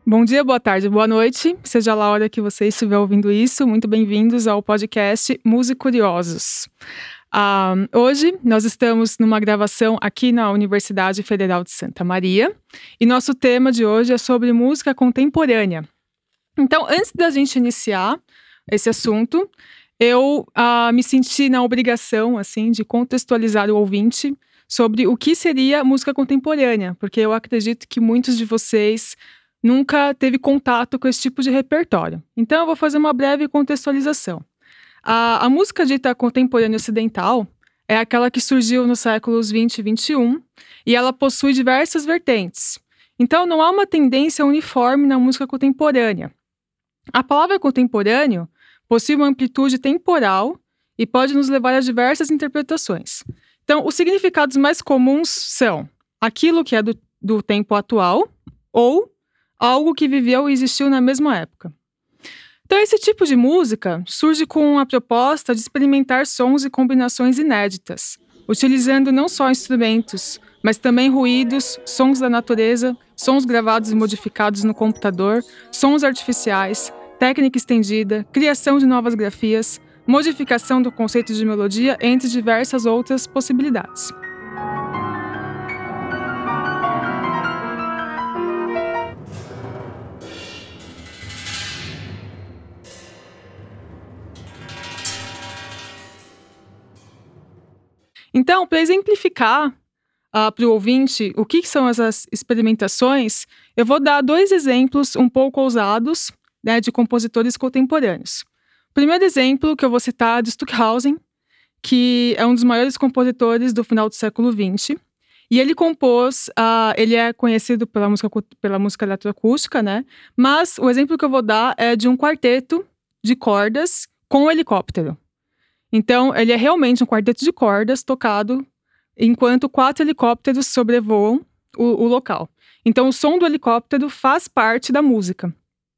Bom dia, boa tarde, boa noite, seja lá a hora que você estiver ouvindo isso, muito bem-vindos ao podcast Musicuriosos. Hoje nós estamos numa gravação aqui na Universidade Federal de Santa Maria e nosso tema de hoje é sobre música contemporânea. Então, antes da gente iniciar esse assunto, eu me senti na obrigação de contextualizar o ouvinte sobre o que seria música contemporânea, porque eu acredito que muitos de vocês nunca teve contato com esse tipo de repertório. Então, eu vou fazer uma breve contextualização. A música dita contemporânea ocidental é aquela que surgiu nos séculos 20 e 21 e ela possui diversas vertentes. Então, não há uma tendência uniforme na música contemporânea. A palavra contemporâneo possui uma amplitude temporal e pode nos levar a diversas interpretações. Então, os significados mais comuns são aquilo que é do tempo atual ou algo que viveu e existiu na mesma época. Então, esse tipo de música surge com a proposta de experimentar sons e combinações inéditas, utilizando não só instrumentos, mas também ruídos, sons da natureza, sons gravados e modificados no computador, sons artificiais, técnica estendida, criação de novas grafias, modificação do conceito de melodia, entre diversas outras possibilidades. Então, para exemplificar para o ouvinte o que são essas experimentações, eu vou dar 2 exemplos um pouco ousados, de compositores contemporâneos. O primeiro exemplo que eu vou citar é de Stockhausen, que é um dos maiores compositores do final do século XX. E ele compôs, ele é conhecido pela música eletroacústica, mas o exemplo que eu vou dar é de um quarteto de cordas com helicóptero. Então, ele é realmente um quarteto de cordas tocado enquanto 4 helicópteros sobrevoam o local. Então, o som do helicóptero faz parte da música,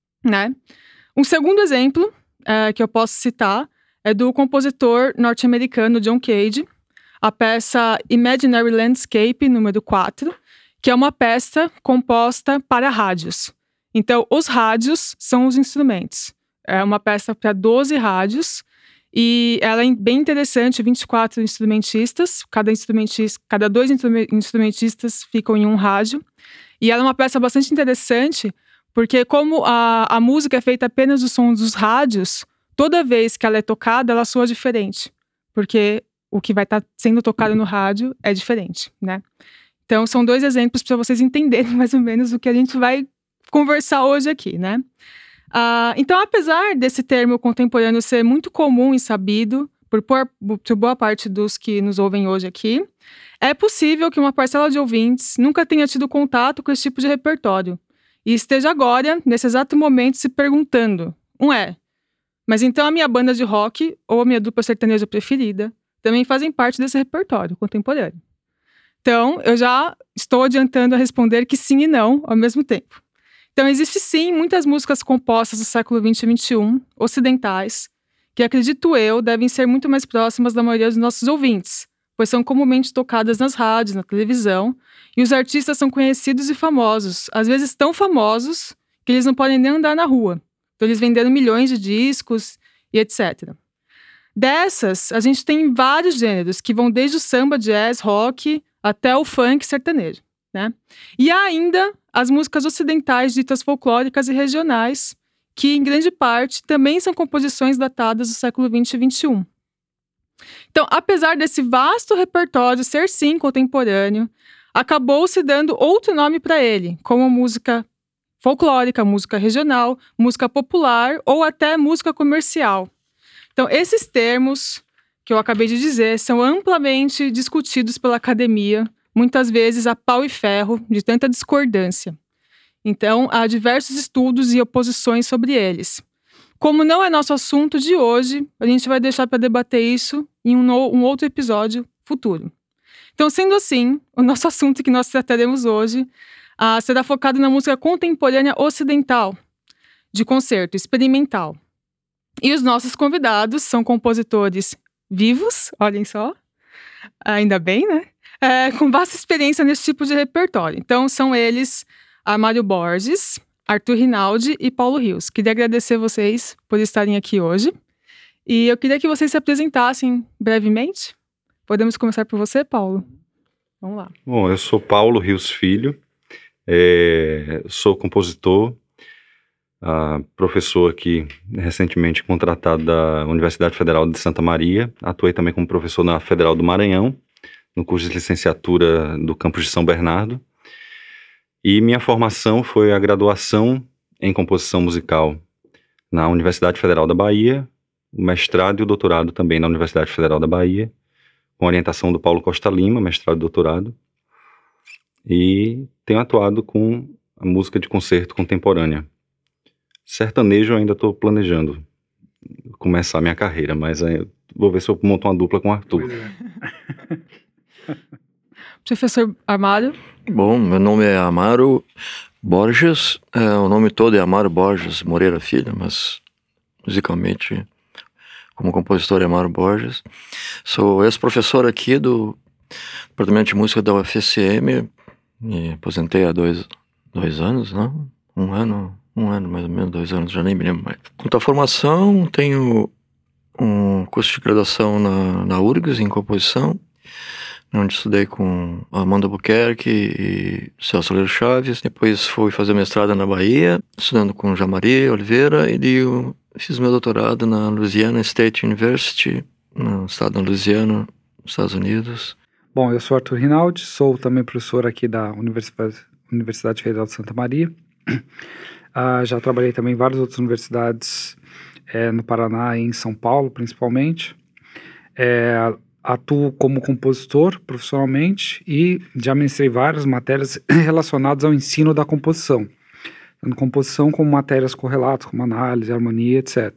Um segundo exemplo que eu posso citar é do compositor norte-americano John Cage, a peça Imaginary Landscape, número 4, que é uma peça composta para rádios. Então, os rádios são os instrumentos. É uma peça para 12 rádios, e ela é bem interessante, 24 instrumentistas, cada 2 instrumentistas ficam em um rádio. E ela é uma peça bastante interessante, porque como a música é feita apenas do som dos rádios, toda vez que ela é tocada, ela soa diferente. Porque o que vai estar sendo tocado no rádio é diferente, Então, são 2 exemplos para vocês entenderem mais ou menos o que a gente vai conversar hoje aqui, Então, apesar desse termo contemporâneo ser muito comum e sabido por boa parte dos que nos ouvem hoje aqui, é possível que uma parcela de ouvintes nunca tenha tido contato com esse tipo de repertório e esteja agora, nesse exato momento, se perguntando, mas então a minha banda de rock ou a minha dupla sertaneja preferida também fazem parte desse repertório contemporâneo? Então, eu já estou adiantando a responder que sim e não ao mesmo tempo. Então, existe sim muitas músicas compostas do século 20 e 21, ocidentais, que acredito eu devem ser muito mais próximas da maioria dos nossos ouvintes, pois são comumente tocadas nas rádios, na televisão, e os artistas são conhecidos e famosos, às vezes tão famosos que eles não podem nem andar na rua. Então, eles venderam milhões de discos e etc. Dessas, a gente tem vários gêneros, que vão desde o samba, jazz, rock, até o funk sertanejo, E há ainda as músicas ocidentais ditas folclóricas e regionais, que em grande parte também são composições datadas do século 20 e 21. Então, apesar desse vasto repertório ser sim contemporâneo, acabou-se dando outro nome para ele, como música folclórica, música regional, música popular ou até música comercial. Então, esses termos que eu acabei de dizer são amplamente discutidos pela academia, muitas vezes a pau e ferro, de tanta discordância. Então, há diversos estudos e oposições sobre eles. Como não é nosso assunto de hoje, a gente vai deixar para debater isso em um outro episódio futuro. Então, sendo assim, o nosso assunto que nós trataremos hoje será focado na música contemporânea ocidental, de concerto experimental. E os nossos convidados são compositores vivos, olhem só, ainda bem, com vasta experiência nesse tipo de repertório. Então, são eles Mário Borges, Arthur Rinaldi e Paulo Rios. Queria agradecer vocês por estarem aqui hoje. E eu queria que vocês se apresentassem brevemente. Podemos começar por você, Paulo? Vamos lá. Bom, eu sou Paulo Rios Filho, sou compositor, professor aqui, recentemente contratado da Universidade Federal de Santa Maria. Atuei também como professor na Federal do Maranhão, no curso de licenciatura do campus de São Bernardo. E minha formação foi a graduação em composição musical na Universidade Federal da Bahia, o mestrado e o doutorado também na Universidade Federal da Bahia, com orientação do Paulo Costa Lima, mestrado e doutorado. E tenho atuado com a música de concerto contemporânea. Sertanejo eu ainda estou planejando começar a minha carreira, mas vou ver se eu monto uma dupla com o Arthur. Professor Amaro? Bom, meu nome é Amaro Borges, o nome todo é Amaro Borges Moreira Filho, mas musicalmente, como compositor, é Amaro Borges. Sou ex-professor aqui do Departamento de Música da UFSM, me aposentei há dois anos, não? Um ano mais ou menos, 2 anos, já nem me lembro mais. Quanto à formação, tenho um curso de graduação na URGS em composição, onde estudei com Amanda Albuquerque e Celso Ler Chaves. Depois fui fazer mestrado na Bahia, estudando com Jamari Oliveira, e eu fiz meu doutorado na Louisiana State University, no estado da Louisiana, nos Estados Unidos. Bom, eu sou Arthur Rinaldi, sou também professor aqui da Universidade Federal de Santa Maria. Já trabalhei também em várias outras universidades no Paraná e em São Paulo, principalmente. Atuo como compositor profissionalmente e já ministrei várias matérias relacionadas ao ensino da composição. Tanto composição como matérias correlatas, como análise, harmonia, etc.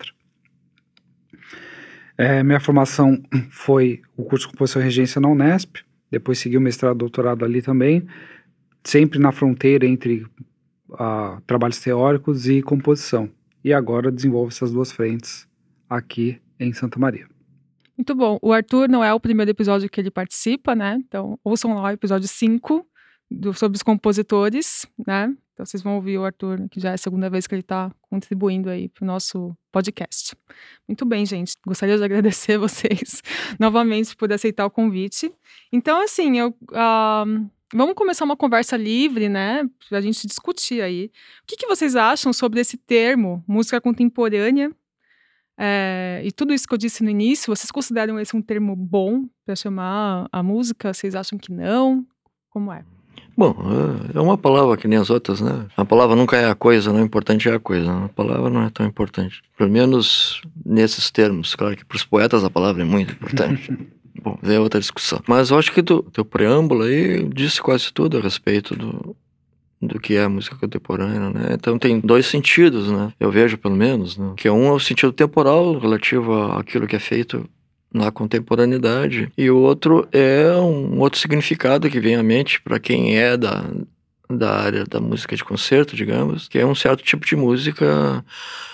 Minha formação foi o curso de composição e regência na Unesp, depois segui o mestrado e doutorado ali também, sempre na fronteira entre trabalhos teóricos e composição. E agora desenvolvo essas duas frentes aqui em Santa Maria. Muito bom. O Arthur não é o primeiro episódio que ele participa, né? Então, ouçam lá o episódio 5 sobre os compositores, né? Então, vocês vão ouvir o Arthur, que já é a segunda vez que ele está contribuindo aí para o nosso podcast. Muito bem, gente. Gostaria de agradecer vocês novamente por aceitar o convite. Então, assim, vamos começar uma conversa livre, né? Para a gente discutir aí. O que vocês acham sobre esse termo, música contemporânea? E tudo isso que eu disse no início, vocês consideram esse um termo bom para chamar a música? Vocês acham que não? Como é? Bom, é uma palavra que nem as outras, né? A palavra nunca é a coisa, não é importante é a coisa. A palavra não é tão importante. Pelo menos nesses termos. Claro que para os poetas a palavra é muito importante. Bom, é outra discussão. Mas eu acho que teu preâmbulo aí disse quase tudo a respeito do que é a música contemporânea, né? Então tem 2 sentidos, né? Eu vejo, pelo menos, né? Que um é o sentido temporal, relativo àquilo que é feito na contemporaneidade, e o outro é um outro significado que vem à mente para quem é da área da música de concerto, digamos, que é um certo tipo de música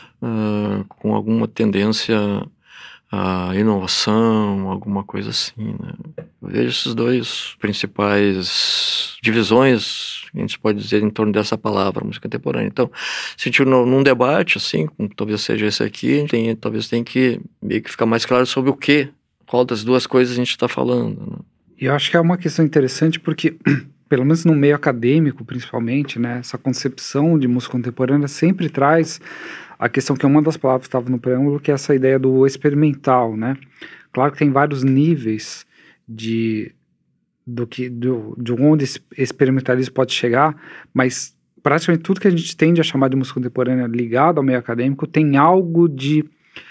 com alguma tendência à inovação, alguma coisa assim, né? Eu vejo esses 2 principais divisões, a gente pode dizer, em torno dessa palavra, música contemporânea. Então, se a gente num debate, assim, como talvez seja esse aqui, talvez tenha que meio que ficar mais claro sobre qual das 2 coisas a gente está falando, né? E eu acho que é uma questão interessante porque, pelo menos no meio acadêmico, principalmente, né, essa concepção de música contemporânea sempre traz a questão que uma das palavras que estava no preâmbulo, que é essa ideia do experimental, né? Claro que tem vários níveis de onde esse experimentalismo pode chegar, mas praticamente tudo que a gente tende a chamar de música contemporânea ligado ao meio acadêmico tem algo de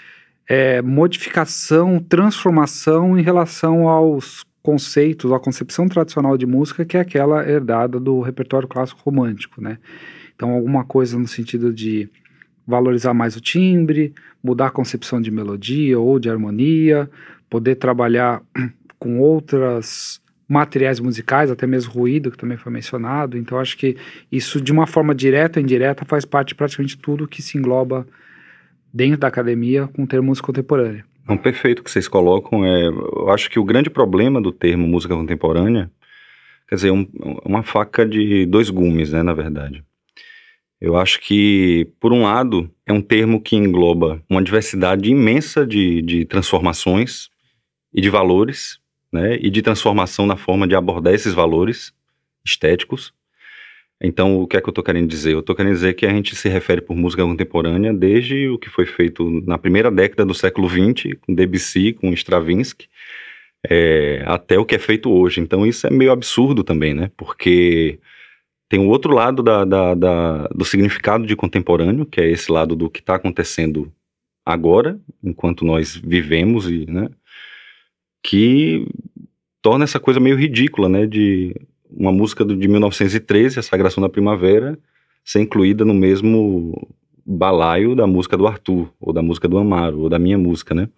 modificação, transformação em relação aos conceitos, à concepção tradicional de música, que é aquela herdada do repertório clássico romântico, né? Então alguma coisa no sentido de valorizar mais o timbre, mudar a concepção de melodia ou de harmonia, poder trabalhar com outros materiais musicais, até mesmo ruído, que também foi mencionado. Então acho que isso, de uma forma direta ou indireta, faz parte de praticamente tudo que se engloba dentro da academia com o termo música contemporânea. Não, perfeito o que vocês colocam. Eu acho que o grande problema do termo música contemporânea, quer dizer, uma faca de 2 gumes, né, na verdade. Eu acho que, por um lado, é um termo que engloba uma diversidade imensa de transformações e de valores, né, e de transformação na forma de abordar esses valores estéticos. Então, o que é que eu estou querendo dizer? Eu estou querendo dizer que a gente se refere por música contemporânea desde o que foi feito na primeira década do século XX, com Debussy, com Stravinsky, até o que é feito hoje. Então, isso é meio absurdo também, né? Porque tem o outro lado do significado de contemporâneo, que é esse lado do que está acontecendo agora, enquanto nós vivemos, né, que torna essa coisa meio ridícula, né, de uma música de 1913, A Sagração da Primavera, ser incluída no mesmo balaio da música do Arthur, ou da música do Amaro, ou da minha música, né.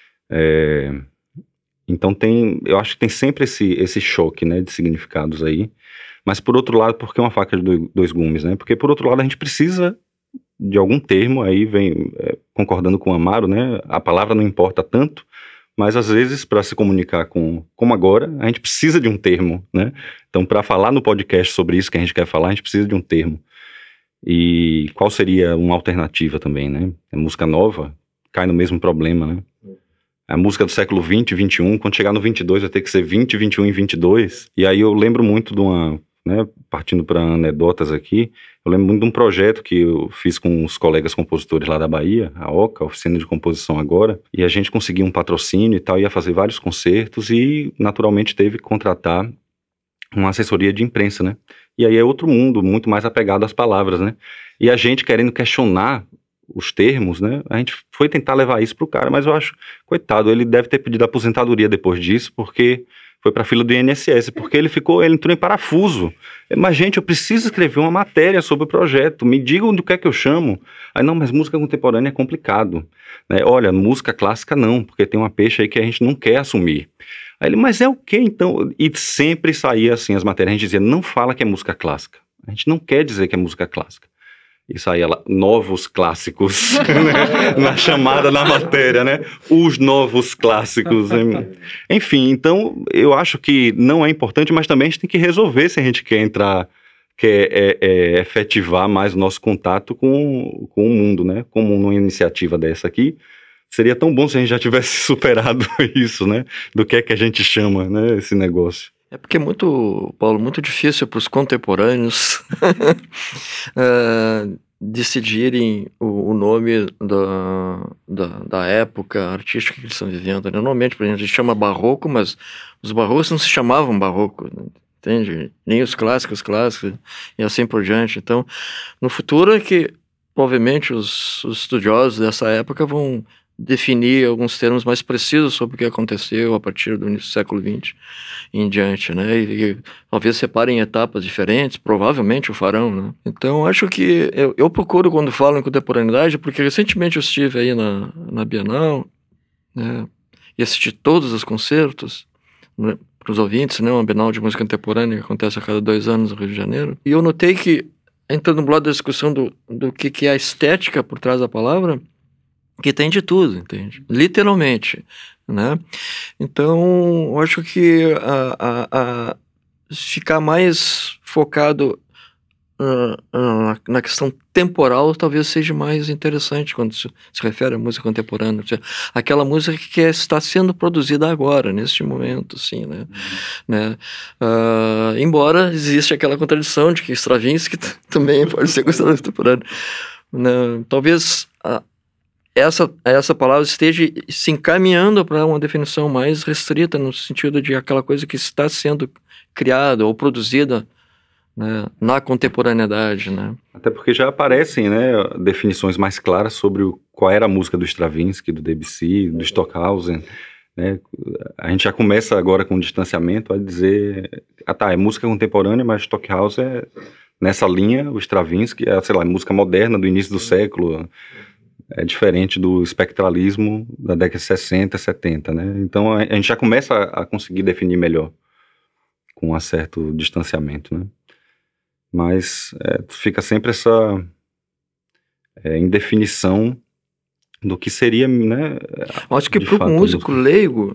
Então eu acho que tem sempre esse choque, né, de significados aí, mas por outro lado, porque é uma faca de dois gumes, né, porque por outro lado a gente precisa de algum termo, aí vem concordando com o Amaro, né, a palavra não importa tanto, mas às vezes para se comunicar como agora, a gente precisa de um termo, né, então para falar no podcast sobre isso que a gente quer falar, a gente precisa de um termo, e qual seria uma alternativa também, né, a música nova cai no mesmo problema, né, a música do século 20, 21, quando chegar no 22 vai ter que ser 20, 21 e 22, e aí eu lembro muito de uma, né, partindo para anedotas aqui, eu lembro muito de um projeto que eu fiz com os colegas compositores lá da Bahia, a OCA, a Oficina de Composição Agora, e a gente conseguiu um patrocínio e tal, ia fazer vários concertos e naturalmente teve que contratar uma assessoria de imprensa, né, e aí é outro mundo, muito mais apegado às palavras, né, e a gente querendo questionar os termos, né, a gente foi tentar levar isso pro cara, mas eu acho, coitado, ele deve ter pedido aposentadoria depois disso, porque foi para a fila do INSS, porque ele entrou em parafuso. Mas, gente, eu preciso escrever uma matéria sobre o projeto, me digam do que é que eu chamo. Aí, não, mas música contemporânea é complicado, né? Olha, música clássica não, porque tem uma peixe aí que a gente não quer assumir. Aí ele, mas é o quê, então? E sempre saía assim as matérias, a gente dizia, não fala que é música clássica, a gente não quer dizer que é música clássica. E saía lá, novos clássicos, né? Na chamada na matéria, né? Os novos clássicos. Enfim, então eu acho que não é importante, mas também a gente tem que resolver se a gente quer entrar, efetivar mais o nosso contato com o mundo, né? Como uma iniciativa dessa aqui, seria tão bom se a gente já tivesse superado isso, né? Do que é que a gente chama, né? Esse negócio. É porque é muito, Paulo, muito difícil para os contemporâneos decidirem o nome da época artística que eles estão vivendo. Né? Normalmente, por exemplo, a gente chama barroco, mas os barrocos não se chamavam barroco, né? Entende? Nem os clássicos e assim por diante. Então, no futuro é que, obviamente, os estudiosos dessa época vão definir alguns termos mais precisos sobre o que aconteceu a partir do início do século XX em diante, né? E talvez separem etapas diferentes, provavelmente o farão, né? Então, acho que eu procuro quando falo em contemporaneidade, porque recentemente eu estive aí na Bienal, né? E assisti todos os concertos, né? Para os ouvintes, né? Uma Bienal de Música Contemporânea que acontece a cada 2 anos no Rio de Janeiro. E eu notei que, entrando no lado da discussão do que é a estética por trás da palavra, que tem de tudo, entende? Literalmente, né? Então, eu acho que ficar mais focado na questão temporal talvez seja mais interessante quando se refere à música contemporânea. Ou seja, aquela música que está sendo produzida agora, neste momento, assim, né? Embora exista aquela contradição de que Stravinsky também pode ser considerado contemporâneo, né? Talvez essa palavra esteja se encaminhando para uma definição mais restrita, no sentido de aquela coisa que está sendo criada ou produzida, né, na contemporaneidade, né? Até porque já aparecem, né, definições mais claras sobre qual era a música do Stravinsky, do Debussy, do Stockhausen, né? A gente já começa agora com distanciamento a dizer, é música contemporânea, mas Stockhausen é nessa linha, o Stravinsky é, sei lá, música moderna do início do século. É diferente do espectralismo da década de 60, 70, né? Então a gente já começa a conseguir definir melhor com um certo distanciamento, né? Mas fica sempre essa indefinição do que seria, né? Acho que para o músico leigo,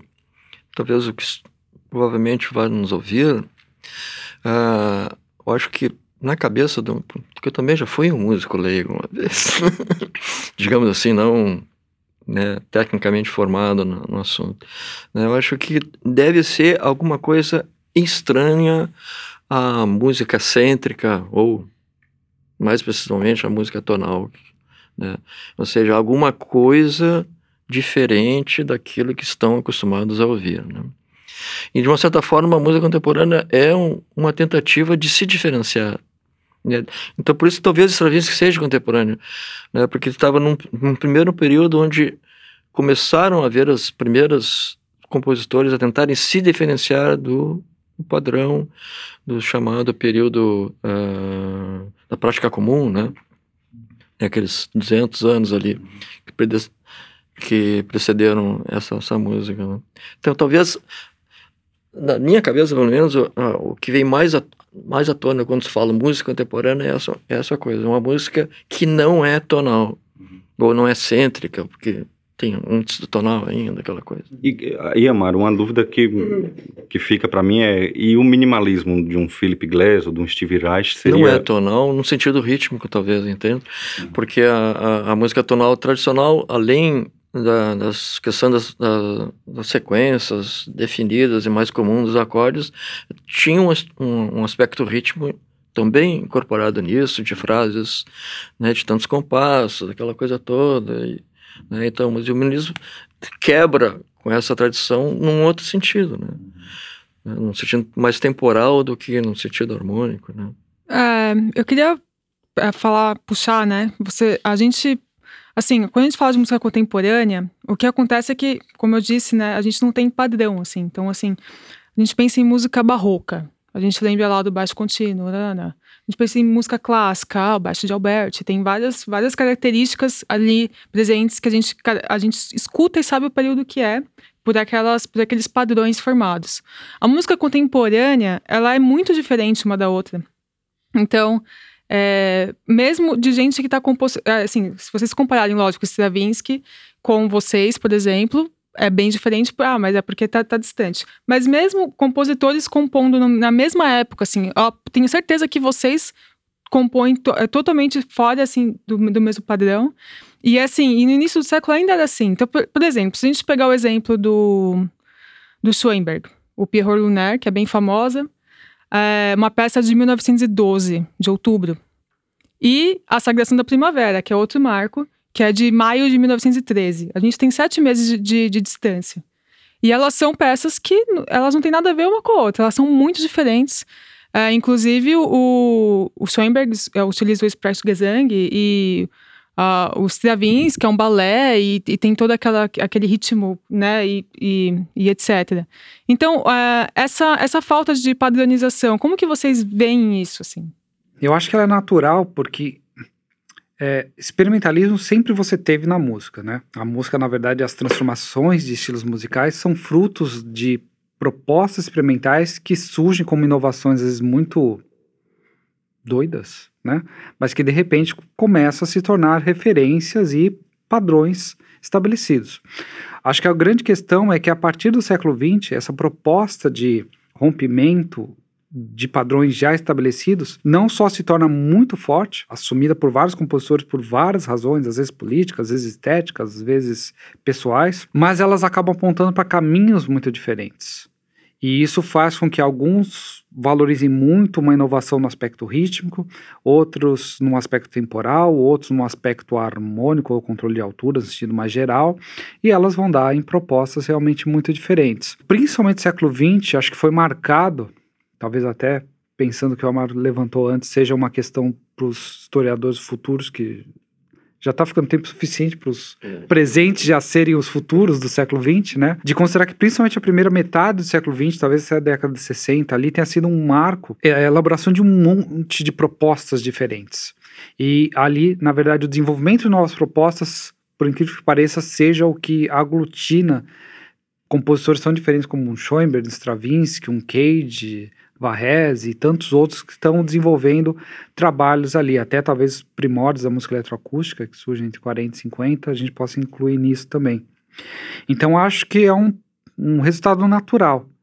talvez o que provavelmente vai nos ouvir, eu acho que na cabeça do... Porque eu também já fui um músico leigo uma vez. Digamos assim, não, né, tecnicamente formado no assunto. Eu acho que deve ser alguma coisa estranha à música cêntrica, ou mais precisamente à música tonal, né? Ou seja, alguma coisa diferente daquilo que estão acostumados a ouvir, né? E de uma certa forma a música contemporânea é uma tentativa de se diferenciar, né? Então por isso talvez Stravinsky seja contemporâneo, né? Porque ele estava num primeiro período onde começaram a ver os primeiros compositores a tentarem se diferenciar do padrão do chamado período da prática comum, né? Aqueles 200 anos ali que precederam essa música, né? Então talvez na minha cabeça, pelo menos, o que vem mais à tona quando se fala música contemporânea é essa coisa, uma música que não é tonal, ou não é cêntrica, porque tem antes do tonal ainda, aquela coisa. E Amaro, uma dúvida que fica para mim e o minimalismo de um Philip Glass ou de um Stevie Reich seria... Não é tonal no sentido rítmico, talvez, entende? Porque a música tonal tradicional, além das questões das sequências definidas e mais comuns dos acordes, tinha um aspecto rítmico também incorporado nisso, de frases, né, de tantos compassos, aquela coisa toda, né? Então, mas o minimalismo quebra com essa tradição num outro sentido, né? Num sentido mais temporal do que num sentido harmônico, né? Eu queria puxar, né? A gente, assim, quando a gente fala de música contemporânea, o que acontece é que, como eu disse, né, a gente não tem padrão, assim. Então, assim, a gente pensa em música barroca, a gente lembra lá do baixo contínuo, né? A gente pensa em música clássica, o baixo de Alberti, tem várias características ali presentes que a gente escuta e sabe o período que é, por aqueles padrões formados. A música contemporânea, ela é muito diferente uma da outra. Então, mesmo de gente que está composto... assim, se vocês compararem, lógico, Stravinsky com vocês, por exemplo, é bem diferente, mas é porque tá distante. Mas mesmo compositores compondo na mesma época, assim, tenho certeza que vocês compõem totalmente fora, assim, do mesmo padrão. E, assim, e no início do século ainda era assim. Então, por exemplo, se a gente pegar o exemplo do Schoenberg, o Pierrot Lunaire, que é bem famosa, uma peça de 1912, de outubro. E a Sagração da Primavera, que é outro marco, que é de maio de 1913. A gente tem 7 meses de distância. E elas são peças que elas não têm nada a ver uma com a outra, elas são muito diferentes. Inclusive, o Schoenberg utiliza o Sprechgesang e o Stravinsky, que é um balé, e tem todo aquele ritmo, né, e etc. Então, essa falta de padronização, como que vocês veem isso, assim? Eu acho que ela é natural, porque experimentalismo sempre você teve na música, né? A música, na verdade, as transformações de estilos musicais são frutos de propostas experimentais que surgem como inovações, às vezes, muito doidas, né? Mas que, de repente, começam a se tornar referências e padrões estabelecidos. Acho que a grande questão é que, a partir do século XX, essa proposta de rompimento de padrões já estabelecidos, não só se torna muito forte, assumida por vários compositores por várias razões, às vezes políticas, às vezes estéticas, às vezes pessoais, mas elas acabam apontando para caminhos muito diferentes. E isso faz com que alguns valorizem muito uma inovação no aspecto rítmico, outros no aspecto temporal, outros no aspecto harmônico ou controle de alturas, no sentido mais geral, e elas vão dar em propostas realmente muito diferentes. Principalmente no século XX, acho que foi marcado, talvez até pensando que o Amaro levantou antes, seja uma questão para os historiadores futuros, que já está ficando tempo suficiente para os presentes já serem os futuros do século XX, né? De considerar que principalmente a primeira metade do século XX, talvez essa década de 60 ali, tenha sido um marco, a elaboração de um monte de propostas diferentes. E ali, na verdade, o desenvolvimento de novas propostas, por incrível que pareça, seja o que aglutina compositores tão diferentes como um Schoenberg, um Stravinsky, um Cage, Varese e tantos outros que estão desenvolvendo trabalhos ali, até talvez primórdios da música eletroacústica, que surgem entre 40 e 50, a gente possa incluir nisso também. Então acho que é um resultado natural.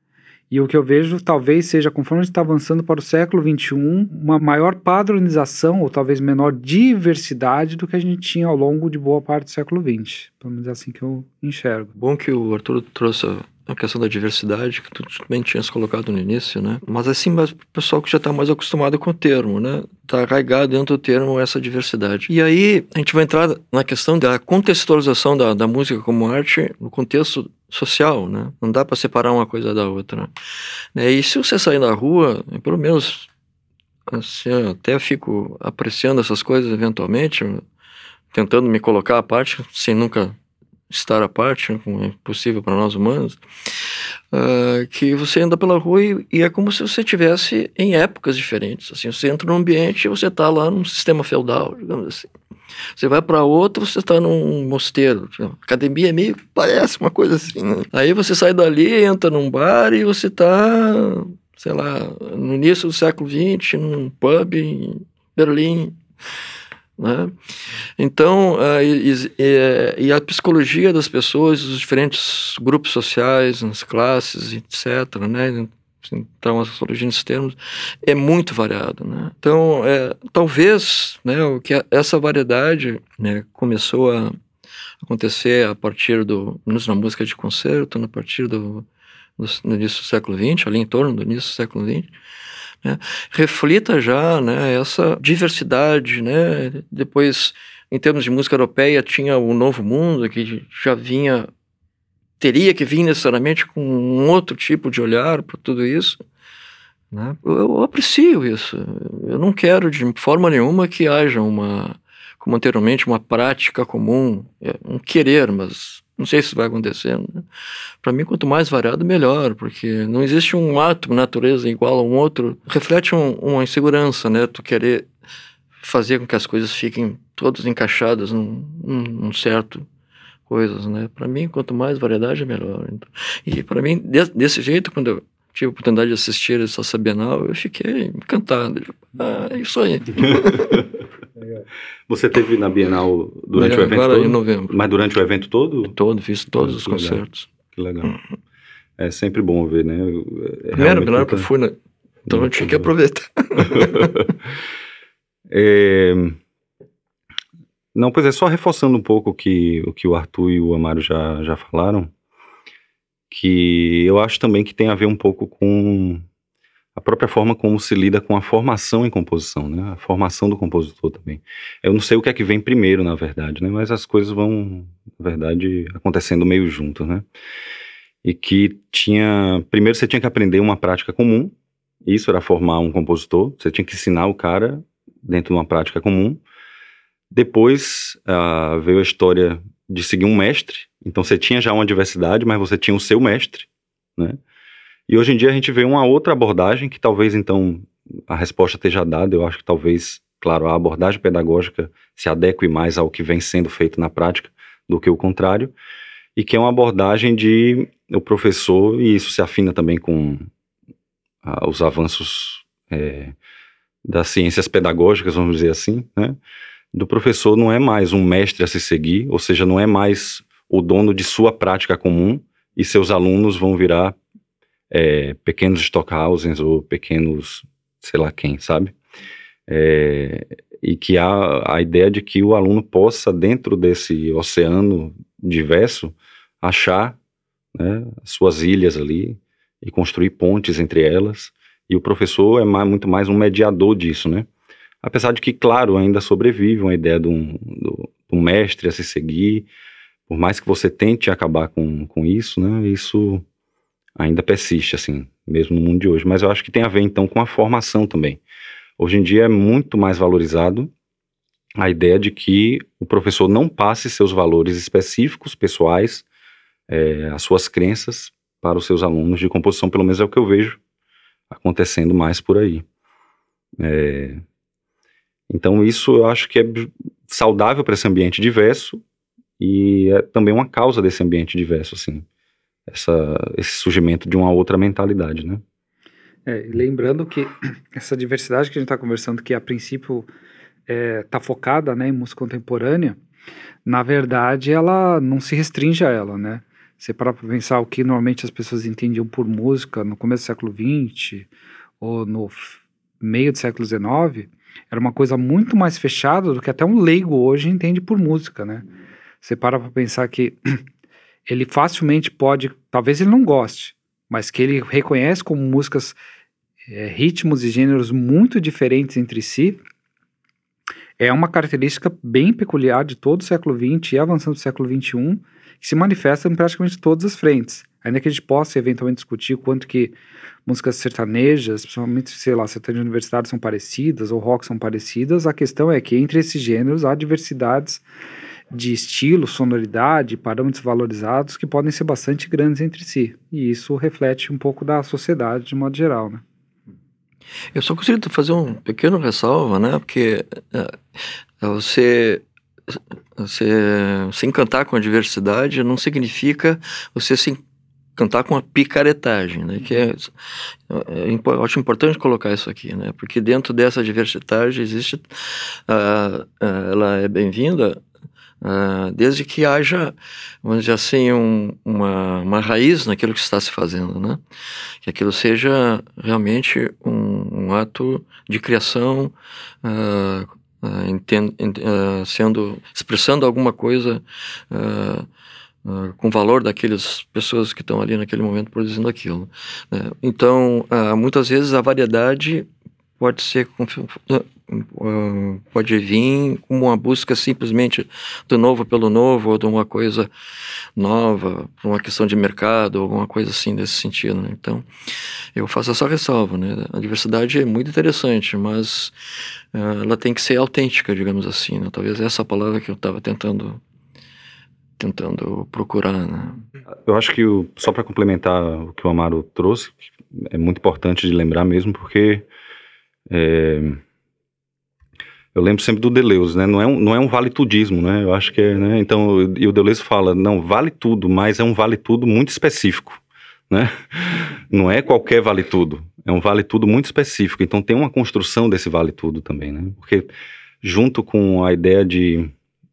E o que eu vejo talvez seja, conforme a gente está avançando para o século XXI, uma maior padronização ou talvez menor diversidade do que a gente tinha ao longo de boa parte do século XX. Pelo menos é assim que eu enxergo. Bom que o Arthur trouxe a questão da diversidade, que tu também tinhas colocado no início, né? Mas assim, mas o pessoal que já está mais acostumado com o termo, né? Está arraigado dentro do termo essa diversidade. E aí a gente vai entrar na questão da contextualização da música como arte no contexto social, né? Não dá para separar uma coisa da outra, né? E se você sair na rua, pelo menos assim, eu até fico apreciando essas coisas eventualmente, tentando me colocar à parte, sem nunca estar à parte, né, como é possível para nós humanos, que você anda pela rua e é como se você estivesse em épocas diferentes. Assim, você entra num ambiente e você está lá num sistema feudal, digamos assim. Você vai para outro, você está num mosteiro. Academia meio parece uma coisa assim, né? Aí você sai dali, entra num bar e você está, sei lá, no início do século XX, num pub em Berlim, né? Então, e a psicologia das pessoas, os diferentes grupos sociais, as classes, etc., né? Então, a sociologia nesses termos é muito variada, né? Então, talvez, né, o que essa variedade, né, começou a acontecer a partir na música de concerto, a partir no início do século XX, ali em torno do início do século XX, né, reflita já, né, essa diversidade, né? Depois, em termos de música europeia, tinha o Novo Mundo, que já teria que vir necessariamente com um outro tipo de olhar para tudo isso, né? Eu aprecio isso. Eu não quero de forma nenhuma que haja como anteriormente, uma prática comum, um querer, mas não sei se vai acontecer, né? Para mim, quanto mais variado, melhor, porque não existe um ato, natureza igual a um outro. Reflete uma insegurança, né? Tu querer fazer com que as coisas fiquem todas encaixadas num certo coisas, né? Para mim, quanto mais variedade, melhor. Então, e para mim, desse jeito, quando eu tive a oportunidade de assistir essa Bienal, eu fiquei encantado. É isso aí. Você teve na Bienal durante o evento agora todo? Em novembro. Mas durante o evento todo? Fiz todos os concertos. Que legal. É sempre bom ver, né? Primeira Bienal que eu fui, né? Então eu tinha que aproveitar. Não, pois é, só reforçando um pouco o que o Arthur e o Amário já falaram, que eu acho também que tem a ver um pouco com a própria forma como se lida com a formação em composição, né? A formação do compositor também. Eu não sei o que é que vem primeiro, na verdade, né? Mas as coisas vão, na verdade, acontecendo meio junto, né? E que primeiro você tinha que aprender uma prática comum, isso era formar um compositor, você tinha que ensinar o cara dentro de uma prática comum. Depois veio a história de seguir um mestre, então você tinha já uma diversidade, mas você tinha o seu mestre, né? E hoje em dia a gente vê uma outra abordagem, que talvez então a resposta esteja dada, eu acho que talvez, claro, a abordagem pedagógica se adeque mais ao que vem sendo feito na prática do que o contrário, e que é uma abordagem de o professor, e isso se afina também com os avanços das ciências pedagógicas, vamos dizer assim, né? Do professor não é mais um mestre a se seguir, ou seja, não é mais o dono de sua prática comum e seus alunos vão virar pequenos Stockhausen ou pequenos sei lá quem, sabe? E que há a ideia de que o aluno possa, dentro desse oceano diverso, achar, né, suas ilhas ali e construir pontes entre elas, e o professor é muito mais um mediador disso, né? Apesar de que, claro, ainda sobrevive uma ideia de um mestre a se seguir, por mais que você tente acabar com isso, né, isso ainda persiste, assim, mesmo no mundo de hoje. Mas eu acho que tem a ver, então, com a formação também. Hoje em dia é muito mais valorizado a ideia de que o professor não passe seus valores específicos, pessoais, as suas crenças para os seus alunos de composição, pelo menos é o que eu vejo acontecendo mais por aí. Então isso eu acho que é saudável para esse ambiente diverso e é também uma causa desse ambiente diverso, assim, esse surgimento de uma outra mentalidade, né? Lembrando que essa diversidade que a gente está conversando, que a princípio está focada, né, em música contemporânea, na verdade ela não se restringe a ela, né? Você para pensar o que normalmente as pessoas entendiam por música no começo do século XX ou no meio do século XIX, era uma coisa muito mais fechada do que até um leigo hoje entende por música, né? Você para pensar que ele facilmente pode, talvez ele não goste, mas que ele reconhece como músicas, ritmos e gêneros muito diferentes entre si, é uma característica bem peculiar de todo o século XX e avançando do século XXI, que se manifesta em praticamente todas as frentes. Ainda que a gente possa eventualmente discutir quanto que músicas sertanejas, principalmente, sei lá, sertanejas universitárias são parecidas ou rock são parecidas, a questão é que entre esses gêneros há diversidades de estilo, sonoridade, parâmetros valorizados que podem ser bastante grandes entre si. E isso reflete um pouco da sociedade de modo geral, né? Eu só consigo fazer um pequeno ressalva, né? Porque você se encantar com a diversidade não significa você se encantar com a picaretagem, né? Que eu acho importante colocar isso aqui, né? Porque dentro dessa diversidade existe, ela é bem-vinda, desde que haja, vamos dizer assim, uma raiz naquilo que está se fazendo, né? Que aquilo seja realmente um ato de criação, expressando alguma coisa com valor daquelas pessoas que estão ali naquele momento produzindo aquilo, né? Então, muitas vezes a variedade pode ser pode vir como uma busca simplesmente do novo pelo novo, ou de uma coisa nova, por uma questão de mercado, alguma coisa assim nesse sentido, né? Então, eu faço essa ressalva, né? A diversidade é muito interessante, mas ela tem que ser autêntica, digamos assim, né? Talvez essa palavra que eu estava tentando procurar, né? Eu acho que, só para complementar o que o Amaro trouxe, é muito importante de lembrar mesmo, porque eu lembro sempre do Deleuze, né? Não é um vale-tudismo, né? Eu acho que né? Então, e o Deleuze fala, não, vale tudo, mas é um vale-tudo muito específico, né? Não é qualquer vale-tudo, é um vale-tudo muito específico. Então, tem uma construção desse vale-tudo também, né? Porque junto com a ideia de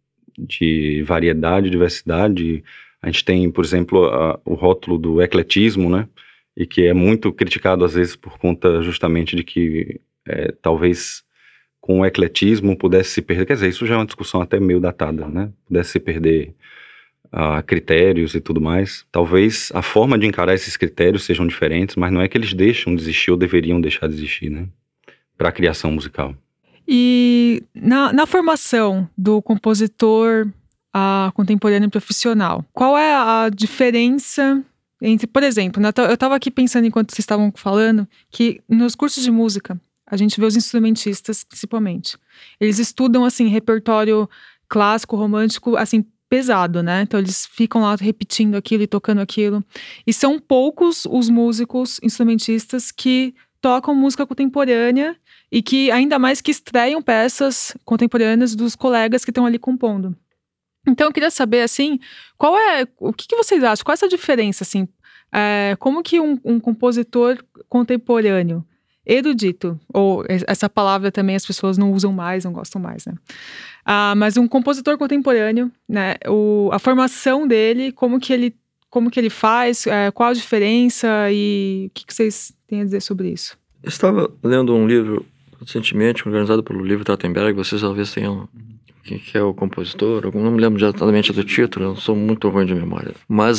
variedade, diversidade, a gente tem, por exemplo, o rótulo do ecletismo, né? E que é muito criticado às vezes por conta justamente de que talvez com o ecletismo pudesse se perder, quer dizer, isso já é uma discussão até meio datada, né? Pudesse se perder critérios e tudo mais. Talvez a forma de encarar esses critérios sejam diferentes, mas não é que eles deixam de existir ou deveriam deixar de existir, né? Para a criação musical. E na formação do compositor contemporâneo profissional, qual é a diferença entre, por exemplo, eu estava aqui pensando enquanto vocês estavam falando, que nos cursos de música, a gente vê os instrumentistas, principalmente. Eles estudam, assim, repertório clássico, romântico, assim, pesado, né? Então, eles ficam lá repetindo aquilo e tocando aquilo. E são poucos os músicos, instrumentistas, que tocam música contemporânea e que, ainda mais, que extraiam peças contemporâneas dos colegas que estão ali compondo. Então, eu queria saber, assim, o que vocês acham? Qual é essa diferença, assim? Como que um compositor contemporâneo erudito, ou essa palavra também as pessoas não usam mais, não gostam mais, né? Mas um compositor contemporâneo, né? A formação dele, como que ele faz, qual a diferença e o que vocês têm a dizer sobre isso? Eu estava lendo um livro recentemente, organizado pelo Livro Trachtenberg, vocês talvez tenham, que é o compositor, eu não me lembro exatamente do título, eu sou muito ruim de memória, mas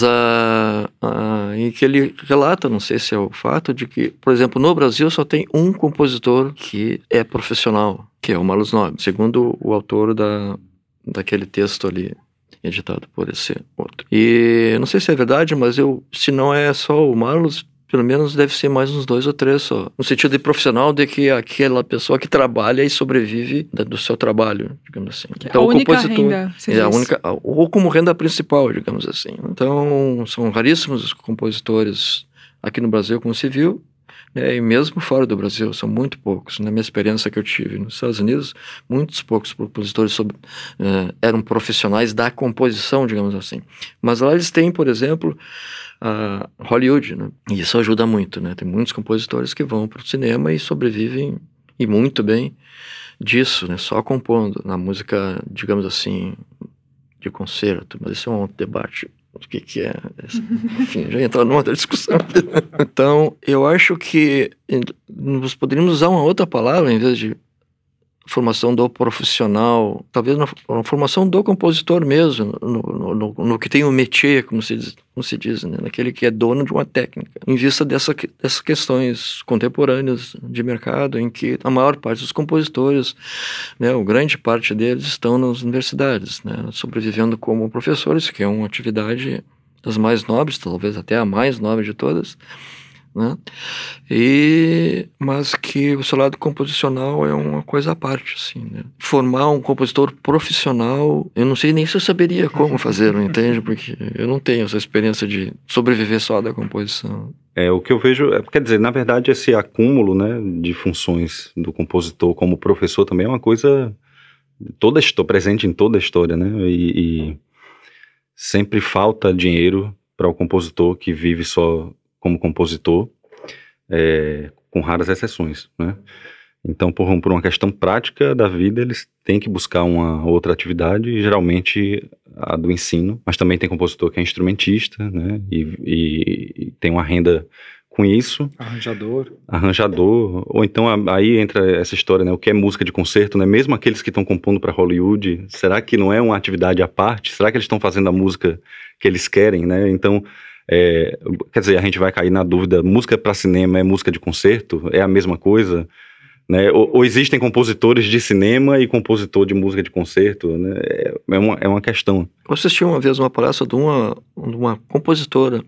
em que ele relata, não sei se é o fato de que, por exemplo, no Brasil só tem um compositor que é profissional, que é o Marlos Nobre, segundo o autor daquele texto ali, editado por esse outro. E não sei se é verdade, mas se não é só o Marlos, pelo menos deve ser mais uns 2 ou 3 só. No sentido de profissional, de que aquela pessoa que trabalha e sobrevive do seu trabalho, digamos assim. Então, a única renda, ou como renda principal, digamos assim. Então, são raríssimos os compositores aqui no Brasil, como se viu, né, e mesmo fora do Brasil, são muito poucos. Na minha experiência que eu tive nos Estados Unidos, muitos poucos compositores eram profissionais da composição, digamos assim. Mas lá eles têm, por exemplo, Hollywood, né? E isso ajuda muito, né? Tem muitos compositores que vão para o cinema e sobrevivem, e muito bem, disso, né? Só compondo na música, digamos assim, de concerto. Mas isso é um outro debate O que é? Enfim, já entrou numa outra discussão. Então, eu acho que nós poderíamos usar uma outra palavra em vez de formação do profissional, talvez na formação do compositor mesmo, no que tem o métier, como se diz, né? Naquele que é dono de uma técnica, em vista dessas questões contemporâneas de mercado, em que a maior parte dos compositores, né, a grande parte deles estão nas universidades, né, sobrevivendo como professores, que é uma atividade das mais nobres, talvez até a mais nobre de todas, né? Mas que o seu lado composicional é uma coisa à parte, assim, né? Formar um compositor profissional, eu não sei nem se eu saberia como fazer, não entende? Porque eu não tenho essa experiência de sobreviver só da composição. O que eu vejo, quer dizer, na verdade esse acúmulo, né, de funções do compositor como professor também é uma coisa presente em toda a história, né? E sempre falta dinheiro para o compositor que vive só como compositor, com raras exceções, né? Então, por uma questão prática da vida, eles têm que buscar uma outra atividade, geralmente a do ensino, mas também tem compositor que é instrumentista, né? E tem uma renda com isso. Arranjador, ou então aí entra essa história, né? O que é música de concerto, né? Mesmo aqueles que estão compondo para Hollywood, será que não é uma atividade à parte? Será que eles estão fazendo a música que eles querem, né? Então, quer dizer, a gente vai cair na dúvida, música para cinema é música de concerto? É a mesma coisa? Né? Ou existem compositores de cinema e compositor de música de concerto, né? É uma questão. Eu assisti uma vez uma palestra de uma compositora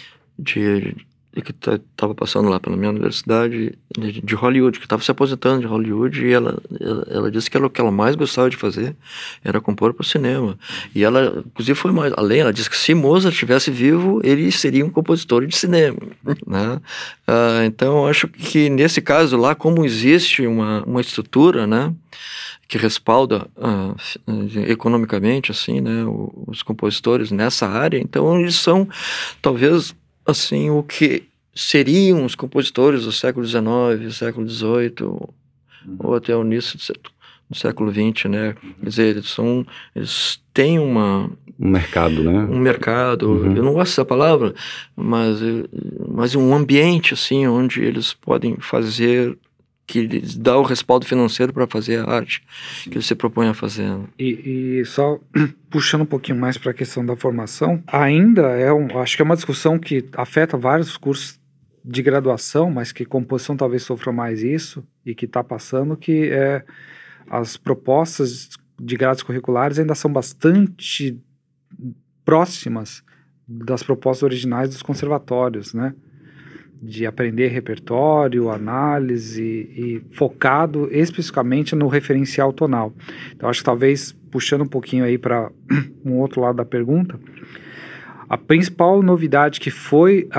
que estava passando lá pela minha universidade de Hollywood, que estava se aposentando de Hollywood, e ela disse que o que ela mais gostava de fazer era compor para o cinema. E ela, inclusive, foi mais além, ela disse que se Mozart estivesse vivo, ele seria um compositor de cinema, né? Então, eu acho que nesse caso lá, como existe uma estrutura, né, que respalda economicamente, assim, né, os compositores nessa área, então eles são, talvez, assim, o que seriam os compositores do século XIX, século XVIII, ou até o início do século XX, né? Quer dizer, eles têm um mercado, né? Um mercado, eu não gosto dessa palavra, mas um ambiente, assim, onde eles podem fazer, que lhes dá o respaldo financeiro para fazer a arte que eles se propõem a fazer. E só puxando um pouquinho mais para a questão da formação, ainda acho que é uma discussão que afeta vários cursos de graduação, mas que composição talvez sofra mais isso, e que está passando, que as propostas de grades curriculares ainda são bastante próximas das propostas originais dos conservatórios, né? De aprender repertório, análise e focado especificamente no referencial tonal. Então, acho que talvez, puxando um pouquinho aí para um outro lado da pergunta, a principal novidade que foi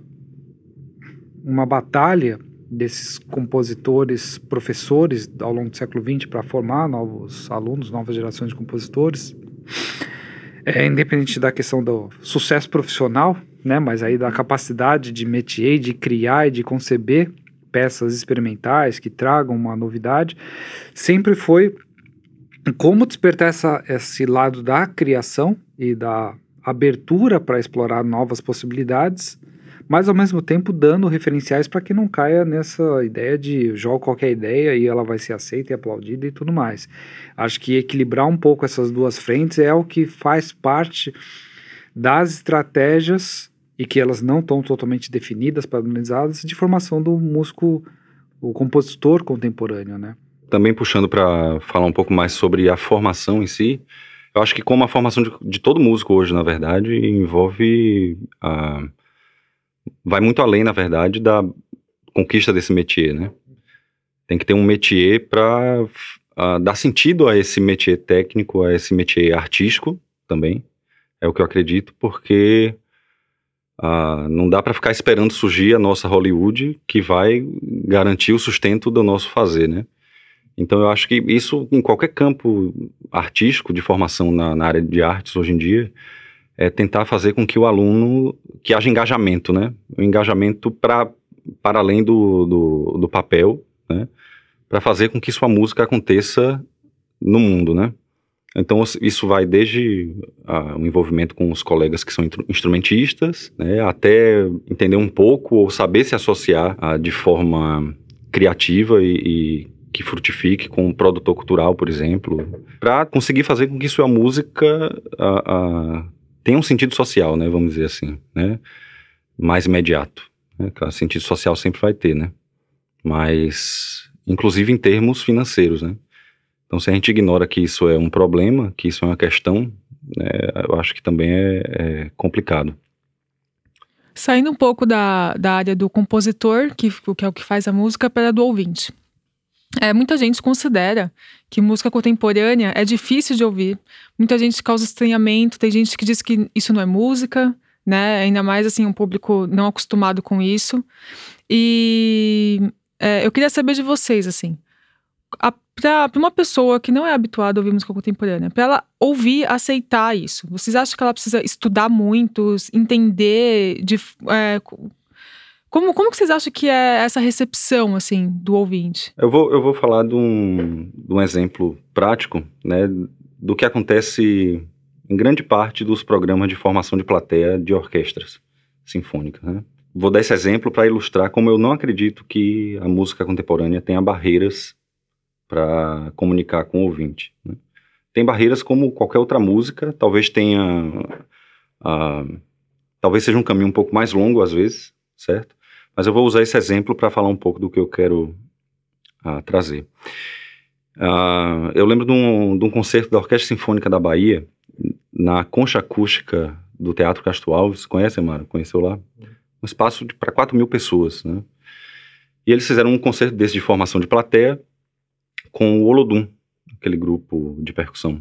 uma batalha desses compositores, professores ao longo do século XX para formar novos alunos, novas gerações de compositores, independente da questão do sucesso profissional, né, mas aí da capacidade de métier, de criar e de conceber peças experimentais que tragam uma novidade, sempre foi como despertar esse lado da criação e da abertura para explorar novas possibilidades, mas ao mesmo tempo dando referenciais para que não caia nessa ideia de joga qualquer ideia e ela vai ser aceita e aplaudida e tudo mais. Acho que equilibrar um pouco essas duas frentes é o que faz parte das estratégias, e que elas não estão totalmente definidas, padronizadas, de formação do músico, o compositor contemporâneo, né? Também puxando para falar um pouco mais sobre a formação em si, eu acho que como a formação de todo músico hoje, na verdade, envolve vai muito além, na verdade, da conquista desse métier, né? Tem que ter um métier para dar sentido a esse métier técnico, a esse métier artístico também, é o que eu acredito, porque não dá para ficar esperando surgir a nossa Hollywood, que vai garantir o sustento do nosso fazer, né? Então eu acho que isso em qualquer campo artístico de formação na área de artes hoje em dia, é tentar fazer com que o aluno, que haja engajamento, né? O engajamento para além do papel, né? Para fazer com que sua música aconteça no mundo, né? Então, isso vai desde o envolvimento com os colegas que são instrumentistas, né, até entender um pouco ou saber se associar de forma criativa e que frutifique com um produtor cultural, por exemplo, para conseguir fazer com que sua música tenha um sentido social, né, vamos dizer assim, né, mais imediato. Né, claro, sentido social sempre vai ter, né, mas inclusive em termos financeiros, né. Então, se a gente ignora que isso é um problema, que isso é uma questão, né, eu acho que também é complicado. Saindo um pouco da área do compositor, que é o que faz a música, para a do ouvinte. Muita gente considera que música contemporânea é difícil de ouvir. Muita gente causa estranhamento, tem gente que diz que isso não é música, né? Ainda mais assim, um público não acostumado com isso. E eu queria saber de vocês, assim, para uma pessoa que não é habituada a ouvir música contemporânea, para ela ouvir, aceitar isso, vocês acham que ela precisa estudar muito, entender como que vocês acham que é essa recepção, assim, do ouvinte? Eu vou falar de um exemplo prático, né, do que acontece em grande parte dos programas de formação de plateia de orquestras sinfônicas, né? Vou dar esse exemplo para ilustrar como eu não acredito que a música contemporânea tenha barreiras para comunicar com o ouvinte, né? Tem barreiras como qualquer outra música, talvez talvez seja um caminho um pouco mais longo às vezes, certo? Mas eu vou usar esse exemplo para falar um pouco do que eu quero trazer. Eu lembro de um concerto da Orquestra Sinfônica da Bahia, na Concha Acústica do Teatro Castro Alves. Conhece, Mara? Conheceu lá? Um espaço para 4.000 pessoas, né? E eles fizeram um concerto desse de formação de plateia com o Olodum, aquele grupo de percussão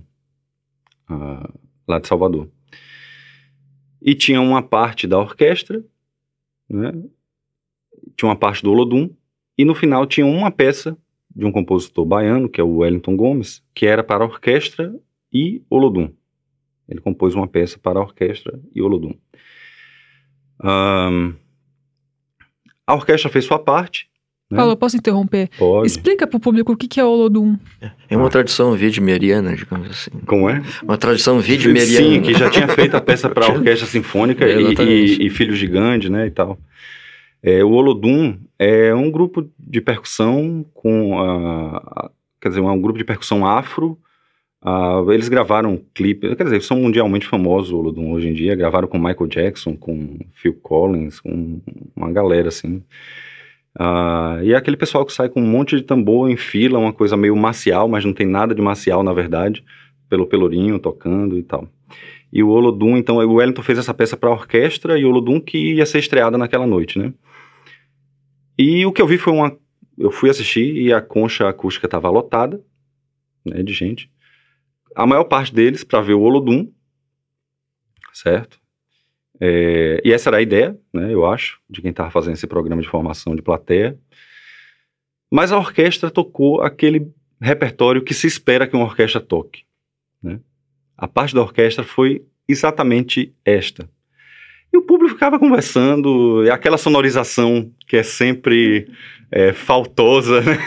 lá de Salvador. E tinha uma parte da orquestra, né? Tinha uma parte do Olodum, e no final tinha uma peça de um compositor baiano, que é o Wellington Gomes, que era para a orquestra e Olodum. Ele compôs uma peça para a orquestra e Olodum. A orquestra fez sua parte, né? Paulo, posso interromper? Pode. Explica para o público o que é Olodum. É uma tradição vidmeriana, digamos assim. Como é? Uma tradição vidmeriana. Sim, que já tinha feito a peça para a orquestra sinfônica e Filhos de Gandhi, né, e tal. O Olodum é um grupo de percussão quer dizer, um grupo de percussão afro. Eles gravaram um clipe, quer dizer, são mundialmente famosos o Olodum hoje em dia, gravaram com Michael Jackson, com Phil Collins, com uma galera assim. E é aquele pessoal que sai com um monte de tambor em fila, uma coisa meio marcial, mas não tem nada de marcial na verdade, pelo pelourinho tocando e tal. E o Olodum, então, o Wellington fez essa peça para a orquestra e o Olodum que ia ser estreada naquela noite, né? E o que eu vi foi eu fui assistir e a Concha Acústica estava lotada, né, de gente. A maior parte deles para ver o Olodum, certo? E essa era a ideia, né, eu acho, de quem estava fazendo esse programa de formação de plateia. Mas a orquestra tocou aquele repertório que se espera que uma orquestra toque, né? A parte da orquestra foi exatamente esta. E o público ficava conversando, e aquela sonorização que é sempre faltosa, né?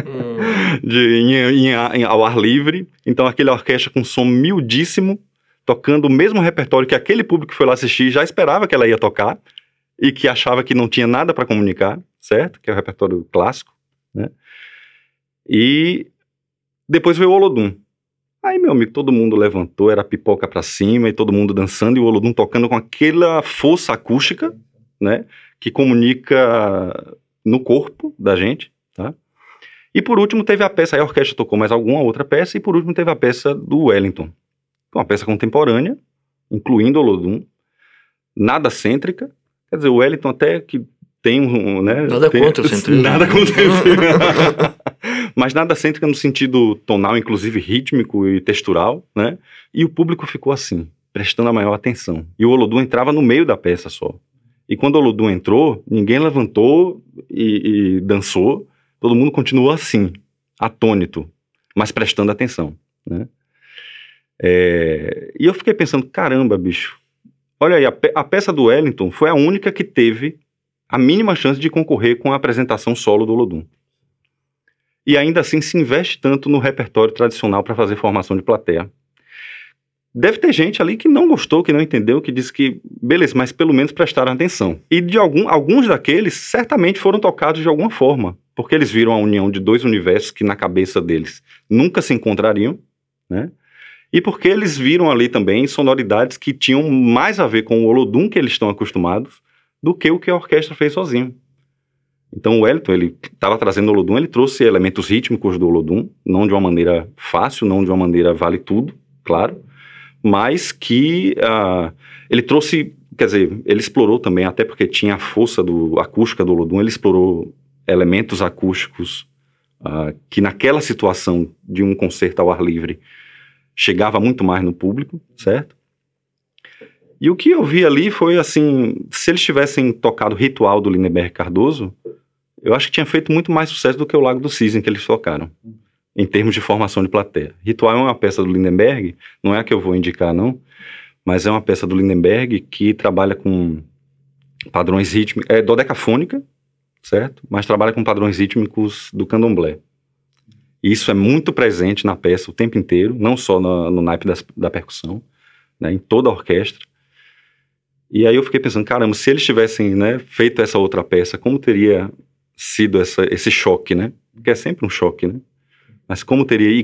Ao ar livre. Então aquela orquestra com som miudíssimo, tocando o mesmo repertório que aquele público que foi lá assistir já esperava que ela ia tocar, e que achava que não tinha nada para comunicar, certo? Que é o repertório clássico, né? E depois veio o Olodum. Aí, meu amigo, todo mundo levantou, era pipoca pra cima, e todo mundo dançando, e o Olodum tocando com aquela força acústica, né, que comunica no corpo da gente, tá? E por último teve a peça, aí a orquestra tocou mais alguma outra peça, e por último teve a peça do Wellington, uma peça contemporânea, incluindo o Olodum, nada cêntrica, quer dizer, o Wellington até que tem né? Nada contra o centrismo. Nada contra o centrismo. Mas nada cêntrica no sentido tonal, inclusive rítmico e textural, né? E o público ficou assim, prestando a maior atenção. E o Olodum entrava no meio da peça só. E quando o Olodum entrou, ninguém levantou e dançou, todo mundo continuou assim, atônito, mas prestando atenção, né? E eu fiquei pensando, caramba, bicho, olha aí, a peça do Wellington foi a única que teve a mínima chance de concorrer com a apresentação solo do Olodum. E ainda assim se investe tanto no repertório tradicional para fazer formação de plateia. deve ter gente ali que não gostou, que não entendeu, que disse que, beleza, mas pelo menos prestaram atenção. E de alguns daqueles certamente foram tocados de alguma forma, porque eles viram a união de dois universos que na cabeça deles nunca se encontrariam, né? E porque eles viram ali também sonoridades que tinham mais a ver com o Olodum que eles estão acostumados do que o que a orquestra fez sozinho. Então o Wellington, ele estava trazendo o Olodum, ele trouxe elementos rítmicos do Olodum, não de uma maneira fácil, não de uma maneira vale tudo, claro, mas que ele trouxe, quer dizer, ele explorou também, até porque tinha a força acústica do Olodum, ele explorou elementos acústicos que naquela situação de um concerto ao ar livre chegava muito mais no público, certo? E o que eu vi ali foi assim, se eles tivessem tocado Ritual do Lindenberg Cardoso, eu acho que tinha feito muito mais sucesso do que o Lago do Cisne que eles tocaram, em termos de formação de plateia. Ritual é uma peça do Lindenberg, não é a que eu vou indicar não, mas é uma peça do Lindenberg que trabalha com padrões rítmicos, é dodecafônica, certo? Mas trabalha com padrões rítmicos do candomblé. E isso é muito presente na peça o tempo inteiro, não só no naipe da percussão, né, em toda a orquestra. E aí eu fiquei pensando, caramba, se eles tivessem, né, feito essa outra peça, como teria sido esse choque, né? Porque é sempre um choque, né? Mas como teria,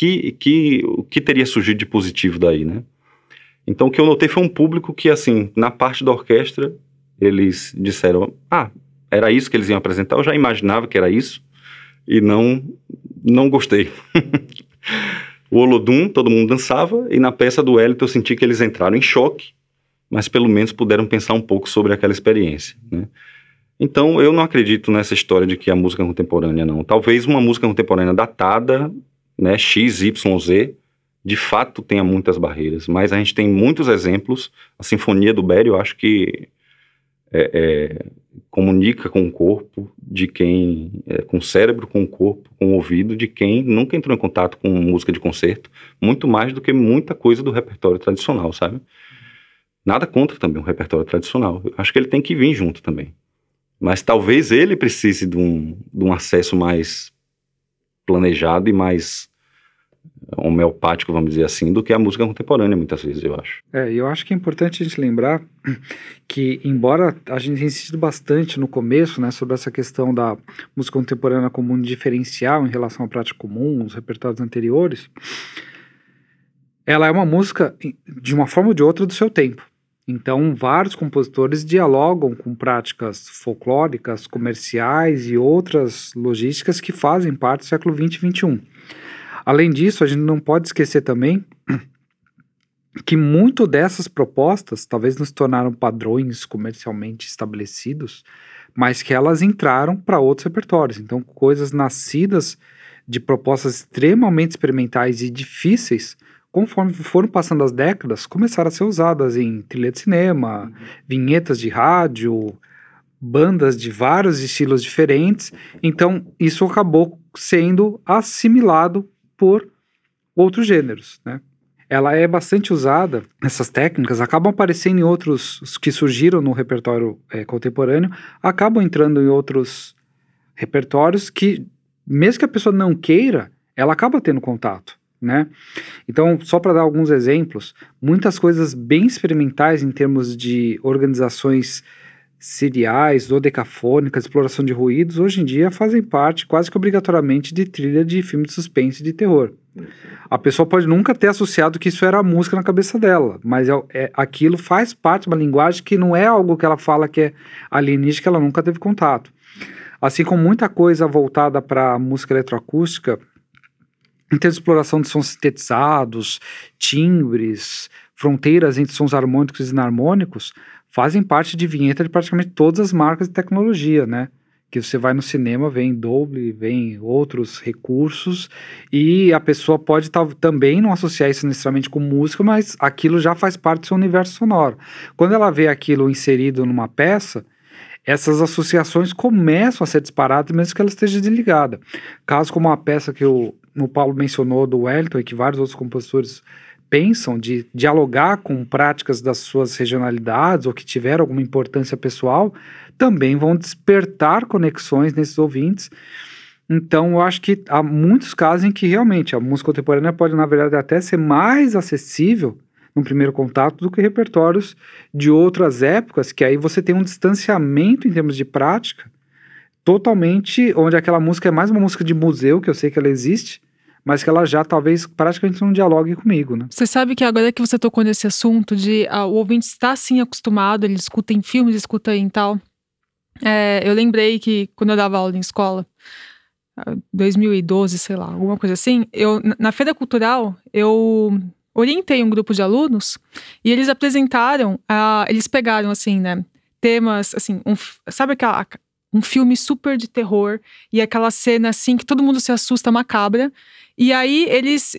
o que teria surgido de positivo daí, né? Então o que eu notei foi um público que, assim, na parte da orquestra, eles disseram, era isso que eles iam apresentar, eu já imaginava que era isso, e não gostei. O Olodum, todo mundo dançava, e na peça do Wellington eu senti que eles entraram em choque, mas pelo menos puderam pensar um pouco sobre aquela experiência, né? Então eu não acredito nessa história de que a música contemporânea não. Talvez uma música contemporânea datada, né, X, Y, Z, de fato tenha muitas barreiras, mas a gente tem muitos exemplos. A Sinfonia do Berio, eu acho que comunica com o corpo de quem, com o cérebro, com o corpo, com o ouvido de quem nunca entrou em contato com música de concerto, muito mais do que muita coisa do repertório tradicional, sabe? Nada contra também o repertório tradicional, eu acho que ele tem que vir junto também, mas talvez ele precise de um acesso mais planejado e mais homeopático, vamos dizer assim, do que a música contemporânea, muitas vezes, eu acho. Eu acho que é importante a gente lembrar que, embora a gente tenha insistido bastante no começo, né, sobre essa questão da música contemporânea como um diferencial em relação à prática comum, os repertórios anteriores, ela é uma música, de uma forma ou de outra, do seu tempo. Então, vários compositores dialogam com práticas folclóricas, comerciais e outras logísticas que fazem parte do século XX e XXI. Além disso, a gente não pode esquecer também que muito dessas propostas talvez não se tornaram padrões comercialmente estabelecidos, mas que elas entraram para outros repertórios. Então, coisas nascidas de propostas extremamente experimentais e difíceis, conforme foram passando as décadas, começaram a ser usadas em trilha de cinema, vinhetas de rádio, bandas de vários estilos diferentes. Então, isso acabou sendo assimilado por outros gêneros, né? Ela é bastante usada, essas técnicas acabam aparecendo em outros, os que surgiram no repertório contemporâneo, acabam entrando em outros repertórios que, mesmo que a pessoa não queira, ela acaba tendo contato, né? Então, só para dar alguns exemplos, muitas coisas bem experimentais em termos de organizações seriais, dodecafônicas, exploração de ruídos, hoje em dia fazem parte quase que obrigatoriamente de trilha de filme de suspense e de terror. A pessoa pode nunca ter associado que isso era música na cabeça dela, mas aquilo faz parte de uma linguagem que não é algo que ela fala que é alienígena, que ela nunca teve contato. Assim como muita coisa voltada para a música eletroacústica, em termos de exploração de sons sintetizados, timbres, fronteiras entre sons harmônicos e inarmônicos, fazem parte de vinheta de praticamente todas as marcas de tecnologia, né? Que você vai no cinema, vem Dolby, vem outros recursos, e a pessoa pode também não associar isso necessariamente com música, mas aquilo já faz parte do seu universo sonoro. Quando ela vê aquilo inserido numa peça, essas associações começam a ser disparadas, mesmo que ela esteja desligada. Caso como a peça que o Paulo mencionou do Wellington, e que vários outros compositores pensam de dialogar com práticas das suas regionalidades ou que tiveram alguma importância pessoal, também vão despertar conexões nesses ouvintes. Então, eu acho que há muitos casos em que realmente a música contemporânea pode, na verdade, até ser mais acessível num primeiro contato do que repertórios de outras épocas, que aí você tem um distanciamento em termos de prática, totalmente, onde aquela música é mais uma música de museu, que eu sei que ela existe, mas que ela já talvez praticamente não dialogue comigo, né? Você sabe que agora que você tocou nesse assunto de o ouvinte está sim acostumado, ele escuta em filmes, escuta em tal. Eu lembrei que quando eu dava aula em escola, 2012, sei lá, alguma coisa assim, na Feira Cultural, eu orientei um grupo de alunos e eles apresentaram, eles pegaram assim, né, temas, assim, sabe um filme super de terror e aquela cena assim que todo mundo se assusta, macabra, e aí eles,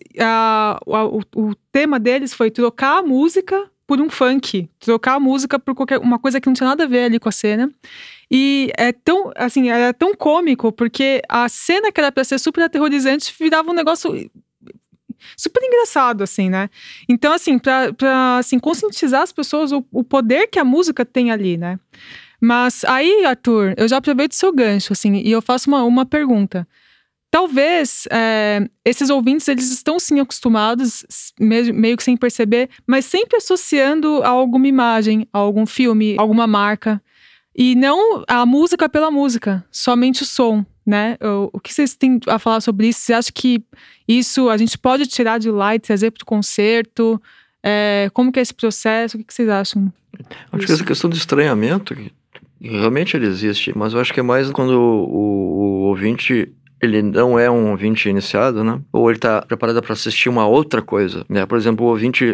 o tema deles foi trocar a música por um funk, trocar a música por uma coisa que não tinha nada a ver ali com a cena. E era tão cômico, porque a cena que era pra ser super aterrorizante virava um negócio super engraçado, assim, né? Então, assim, pra assim, conscientizar as pessoas o poder que a música tem ali, né? Mas aí, Arthur, eu já aproveito o seu gancho, assim, e eu faço uma pergunta. Talvez esses ouvintes, eles estão sim acostumados, meio que sem perceber, mas sempre associando a alguma imagem, a algum filme, alguma marca. E não a música pela música, somente o som, né? O que vocês têm a falar sobre isso? Você acha que isso a gente pode tirar de lá e trazer para o concerto? Como que é esse processo? O que vocês acham? Acho que essa questão do estranhamento, que realmente ele existe, mas eu acho que é mais quando o ouvinte, ele não é um ouvinte iniciado, né? Ou ele está preparado para assistir uma outra coisa, né? Por exemplo,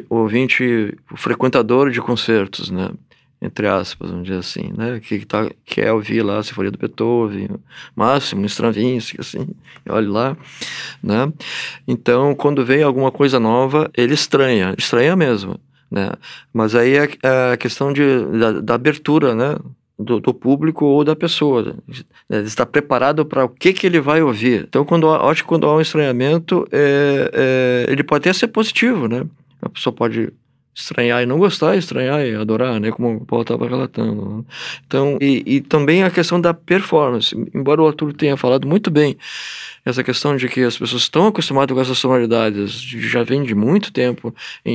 o frequentador de concertos, né? Entre aspas, vamos dizer assim, né? Que quer ouvir lá a Sinfonia do Beethoven, Máximo, Stravinsky, assim, e olha lá, né? Então, quando vem alguma coisa nova, ele estranha mesmo, né? Mas aí é a questão da abertura, né? Do público ou da pessoa, né? Ele está preparado para o que ele vai ouvir. Então, acho que quando há um estranhamento, ele pode até ser positivo, né? A pessoa pode estranhar e não gostar, estranhar e adorar, né? Como o Paulo estava relatando, né? Então, e também a questão da performance. Embora o Arthur tenha falado muito bem essa questão de que as pessoas estão acostumadas com essas sonoridades, já vem de muito tempo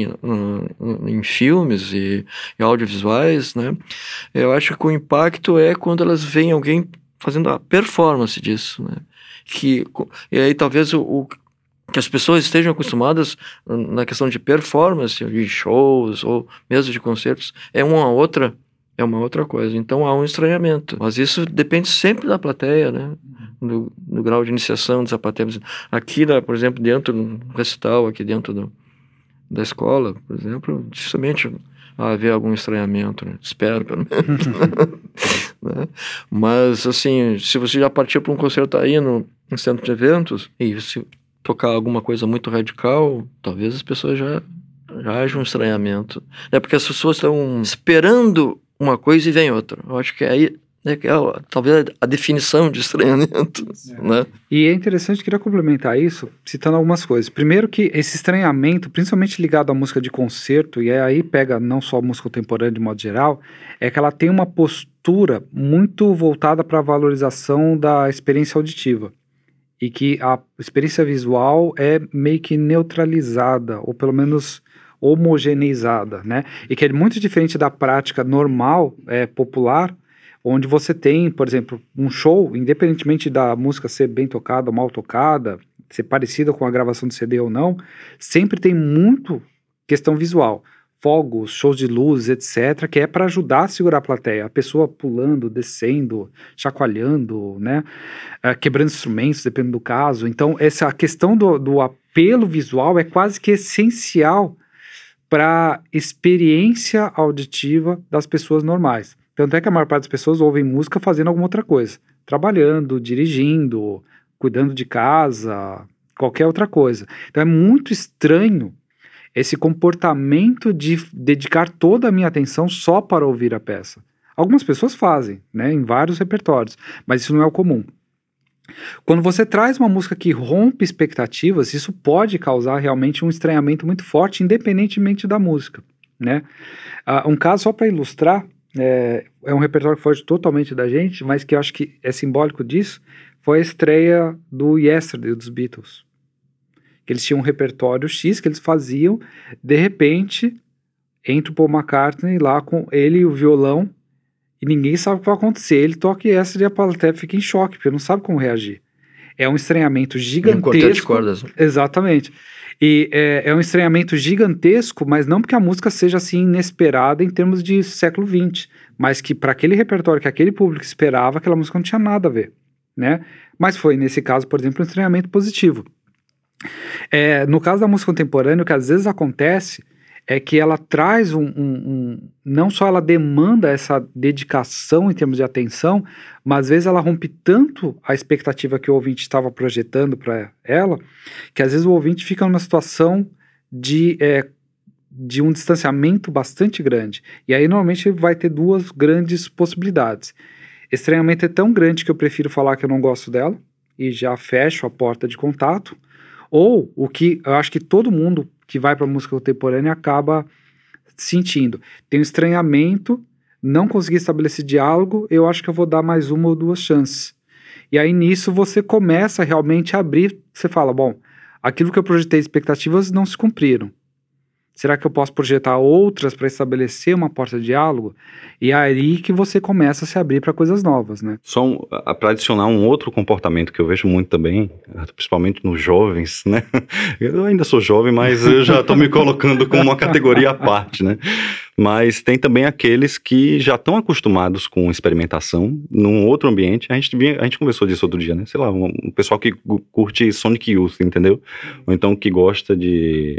em filmes e audiovisuais, né? Eu acho que o impacto é quando elas veem alguém fazendo a performance disso, né? E aí talvez que as pessoas estejam acostumadas na questão de performance, de shows ou mesmo de concertos, é uma outra coisa. Então há um estranhamento. Mas isso depende sempre da plateia, né? Do grau de iniciação dessa plateia. Aqui, por exemplo, dentro do recital, aqui dentro da escola, por exemplo, dificilmente haver algum estranhamento, né? Espero, pelo menos. Né? Mas, assim, se você já partiu para um concerto aí no centro de eventos, e se tocar alguma coisa muito radical, talvez as pessoas já haja um estranhamento. É porque as pessoas estão esperando uma coisa e vem outra. Eu acho que aí talvez a definição de estranhamento, né? E é interessante, queria complementar isso, citando algumas coisas. Primeiro que esse estranhamento, principalmente ligado à música de concerto, e aí pega não só a música contemporânea de modo geral, é que ela tem uma postura muito voltada para a valorização da experiência auditiva. E que a experiência visual é meio que neutralizada, ou pelo menos homogeneizada, né? E que é muito diferente da prática normal, popular, onde você tem, por exemplo, um show, independentemente da música ser bem tocada ou mal tocada, ser parecida com a gravação de CD ou não, sempre tem muito questão visual. Fogos, shows de luz, etc., que é para ajudar a segurar a plateia, a pessoa pulando, descendo, chacoalhando, né, quebrando instrumentos, dependendo do caso. Então, essa questão do apelo visual é quase que essencial para a experiência auditiva das pessoas normais. Tanto é que a maior parte das pessoas ouvem música fazendo alguma outra coisa, trabalhando, dirigindo, cuidando de casa, qualquer outra coisa. Então, é muito estranho esse comportamento de dedicar toda a minha atenção só para ouvir a peça. Algumas pessoas fazem, né, em vários repertórios, mas isso não é o comum. Quando você traz uma música que rompe expectativas, isso pode causar realmente um estranhamento muito forte, independentemente da música, né? Um caso só para ilustrar, é um repertório que foge totalmente da gente, mas que eu acho que é simbólico disso, foi a estreia do Yesterday, dos Beatles. Eles tinham um repertório X que eles faziam, de repente, entra o Paul McCartney lá com ele e o violão, e ninguém sabe o que vai acontecer. Ele toca essa e a plateia fica em choque, porque não sabe como reagir. É um estranhamento gigantesco. Um quarteto de cordas. Exatamente. E é um estranhamento gigantesco, mas não porque a música seja assim inesperada em termos de século XX, mas que para aquele repertório que aquele público esperava, aquela música não tinha nada a ver, né? Mas foi, nesse caso, por exemplo, um estranhamento positivo. No caso da música contemporânea, o que às vezes acontece é que ela traz não só ela demanda essa dedicação em termos de atenção, mas às vezes ela rompe tanto a expectativa que o ouvinte estava projetando para ela, que às vezes o ouvinte fica numa situação de um distanciamento bastante grande. E aí normalmente vai ter duas grandes possibilidades. Estranhamento é tão grande que eu prefiro falar que eu não gosto dela, e já fecho a porta de contato, ou o que eu acho que todo mundo que vai para a música contemporânea acaba sentindo. Tem um estranhamento, não consegui estabelecer diálogo, eu acho que eu vou dar mais uma ou duas chances. E aí nisso você começa realmente a abrir, você fala, bom, aquilo que eu projetei expectativas não se cumpriram. Será que eu posso projetar outras para estabelecer uma porta de diálogo? E é aí que você começa a se abrir para coisas novas, né? Só para adicionar um outro comportamento que eu vejo muito também, principalmente nos jovens, né? Eu ainda sou jovem, mas eu já estou me colocando como uma categoria à parte, né? Mas tem também aqueles que já estão acostumados com experimentação num outro ambiente. A gente conversou disso outro dia, né? Sei lá, um pessoal que curte Sonic Youth, entendeu? Ou então que gosta de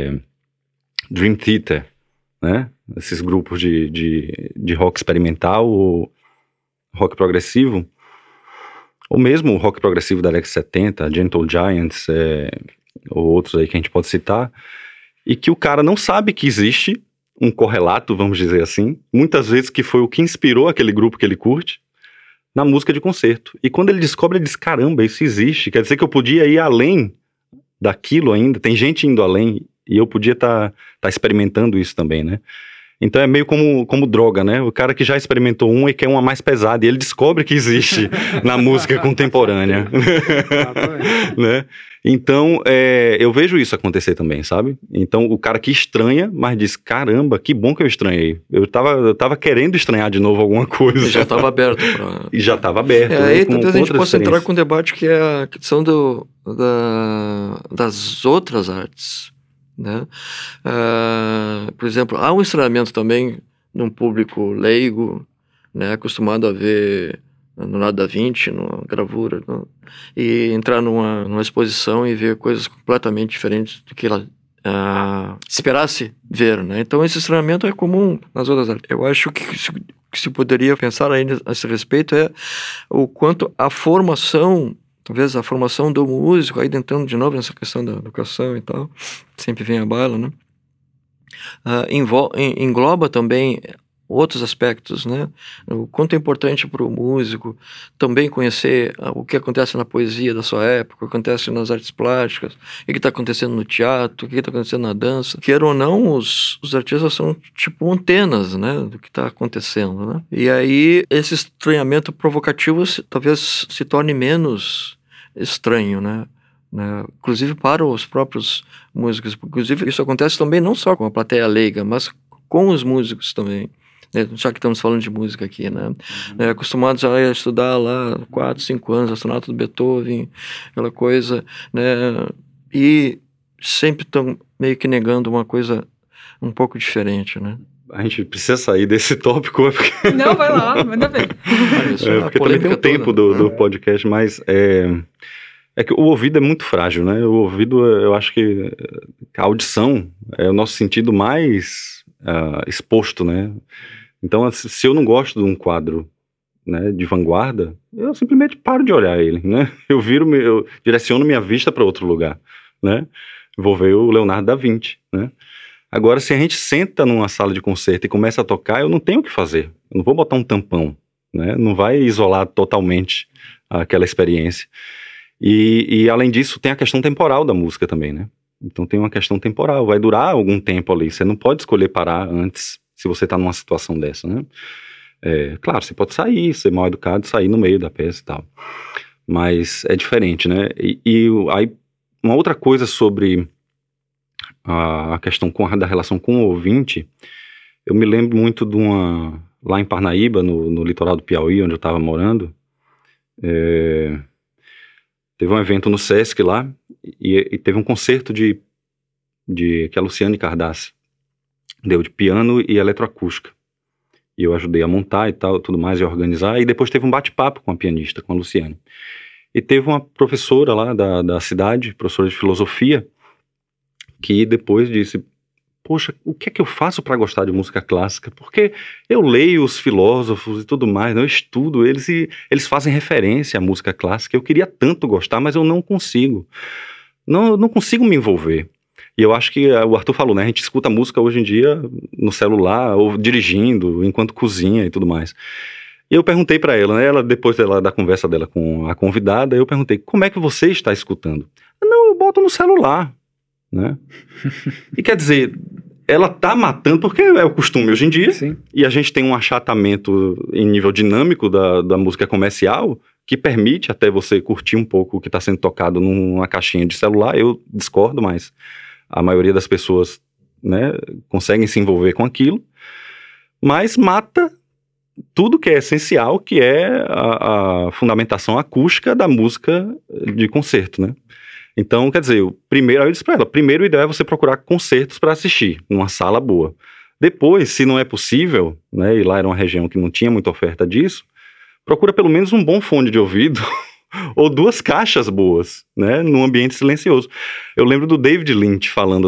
Dream Theater, né? Esses grupos de rock experimental ou rock progressivo, ou mesmo o rock progressivo da década de 70, Gentle Giants, ou outros aí que a gente pode citar, e que o cara não sabe que existe um correlato, vamos dizer assim, muitas vezes que foi o que inspirou aquele grupo que ele curte, na música de concerto. E quando ele descobre, ele diz, caramba, isso existe, quer dizer que eu podia ir além daquilo ainda, tem gente indo além, e eu podia estar experimentando isso também, né? Então é meio como droga, né? O cara que já experimentou e quer uma mais pesada, e ele descobre que existe na música contemporânea. Né? Então, eu vejo isso acontecer também, sabe? Então, o cara que estranha, mas diz, caramba, que bom que eu estranhei. Eu tava querendo estranhar de novo alguma coisa. E já estava aberto para... E já estava aberto. Aí talvez a gente possa entrar com um debate que é a questão das outras artes, né? Por exemplo, há um estranhamento também num público leigo, né, acostumado a ver Leonardo da Vinci, numa gravura, e entrar numa exposição e ver coisas completamente diferentes do que ela esperasse ver, né? Então esse estranhamento é comum nas outras artes. Eu acho que se poderia pensar ainda a esse respeito é o quanto a formação, talvez a formação do músico, aí entrando de novo nessa questão da educação e tal, sempre vem à baila, né? Engloba também outros aspectos, né? O quanto é importante para o músico também conhecer o que acontece na poesia da sua época, o que acontece nas artes plásticas, o que está acontecendo no teatro, o que está acontecendo na dança. Queira ou não, os artistas são tipo antenas, né, do que está acontecendo, né? E aí esse estranhamento provocativo talvez se torne menos estranho, né? Inclusive para os próprios músicos. Inclusive isso acontece também não só com a plateia leiga, mas com os músicos também. Já que estamos falando de música aqui, né? Acostumados a estudar lá 4, 5 anos, a sonata do Beethoven, aquela coisa, né? E sempre estão meio que negando uma coisa um pouco diferente, né? A gente precisa sair desse tópico. Porque... Não, vai lá, manda ver. Porque também tem o tempo do podcast, mas é que o ouvido é muito frágil, né? O ouvido, eu acho que a audição é o nosso sentido mais exposto, né? Então, se eu não gosto de um quadro, né, de vanguarda, eu simplesmente paro de olhar ele, né? Eu direciono minha vista para outro lugar, né? Vou ver o Leonardo da Vinci, né? Agora, se a gente senta numa sala de concerto e começa a tocar, eu não tenho o que fazer. Eu não vou botar um tampão, né? Não vai isolar totalmente aquela experiência. E além disso, tem a questão temporal da música também, né? Então tem uma questão temporal, vai durar algum tempo ali. Você não pode escolher parar antes, se você está numa situação dessa, né? Claro, você pode sair, ser mal educado, sair no meio da peça e tal. Mas é diferente, né? E aí, uma outra coisa sobre a questão da relação com o ouvinte, eu me lembro muito de lá em Parnaíba, no litoral do Piauí, onde eu estava morando, teve um evento no Sesc lá, e teve um concerto que a Luciane Cardassi deu de piano e eletroacústica. E eu ajudei a montar e tal, tudo mais, e a organizar, e depois teve um bate-papo com a pianista, com a Luciane. E teve uma professora lá da cidade, professora de filosofia, que depois disse: poxa, o que é que eu faço para gostar de música clássica? Porque eu leio os filósofos e tudo mais, né? Eu estudo eles e eles fazem referência à música clássica. Eu queria tanto gostar, mas eu não consigo. Não consigo me envolver. E eu acho que o Arthur falou, né? A gente escuta música hoje em dia no celular, ou dirigindo, enquanto cozinha e tudo mais. E eu perguntei para ela, né? Depois da conversa dela com a convidada, eu perguntei: como é que você está escutando? Não, eu boto no celular, né? E quer dizer, ela tá matando, porque é o costume hoje em dia. Sim. E a gente tem um achatamento em nível dinâmico da música comercial, que permite até você curtir um pouco o que está sendo tocado numa caixinha de celular. Eu discordo, mas a maioria das pessoas, né, conseguem se envolver com aquilo, mas mata tudo que é essencial, que é a fundamentação acústica da música de concerto, né? Então, quer dizer, aí eu disse para ela: primeiro o ideal é você procurar concertos para assistir, numa sala boa. Depois, se não é possível, né, e lá era uma região que não tinha muita oferta disso, procura pelo menos um bom fone de ouvido ou 2 caixas boas, né, num ambiente silencioso. Eu lembro do David Lynch falando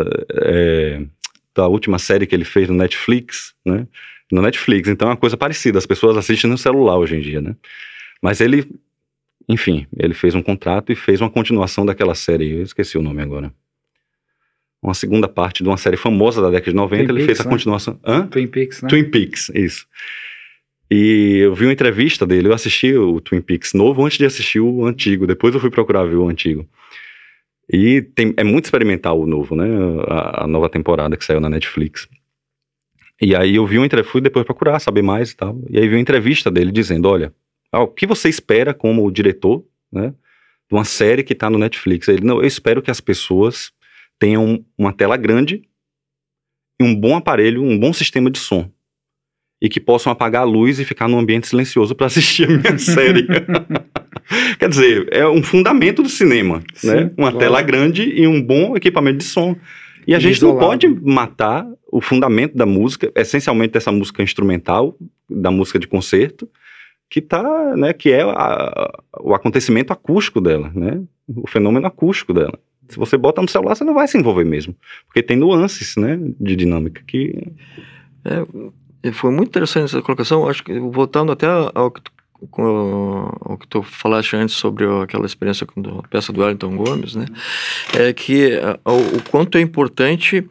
da última série que ele fez no Netflix, né? No Netflix, então é uma coisa parecida, as pessoas assistem no celular hoje em dia, né? Mas ele, enfim, ele fez um contrato e fez uma continuação daquela série, eu esqueci o nome agora. Uma segunda parte de uma série famosa da década de 90, Twin ele Peaks, fez a né? continuação. Hã? Twin Peaks, né? Twin Peaks, isso. E eu vi uma entrevista dele, eu assisti o Twin Peaks novo antes de assistir o antigo, depois eu fui procurar ver o antigo. E é muito experimental o novo, né? A nova temporada que saiu na Netflix. E aí eu vi fui depois procurar saber mais e tal, e aí vi uma entrevista dele dizendo: olha, o que você espera como diretor, né, de uma série que está no Netflix? Ele: não, eu espero que as pessoas tenham uma tela grande e um bom aparelho, um bom sistema de som, e que possam apagar a luz e ficar num ambiente silencioso para assistir a minha série. Quer dizer, é um fundamento do cinema, Sim, né? Uma claro. tela grande e um bom equipamento de som. E a gente isolado. não pode matar o fundamento da música, essencialmente dessa música instrumental, da música de concerto, que tá, né, que é o acontecimento acústico dela, né? O fenômeno acústico dela. Se você bota no celular, você não vai se envolver mesmo, porque tem nuances, né, de dinâmica que... Foi muito interessante essa colocação. Acho que, voltando até ao que tu falaste antes sobre aquela experiência com a peça do Wellington Gomes, né? É que o quanto é importante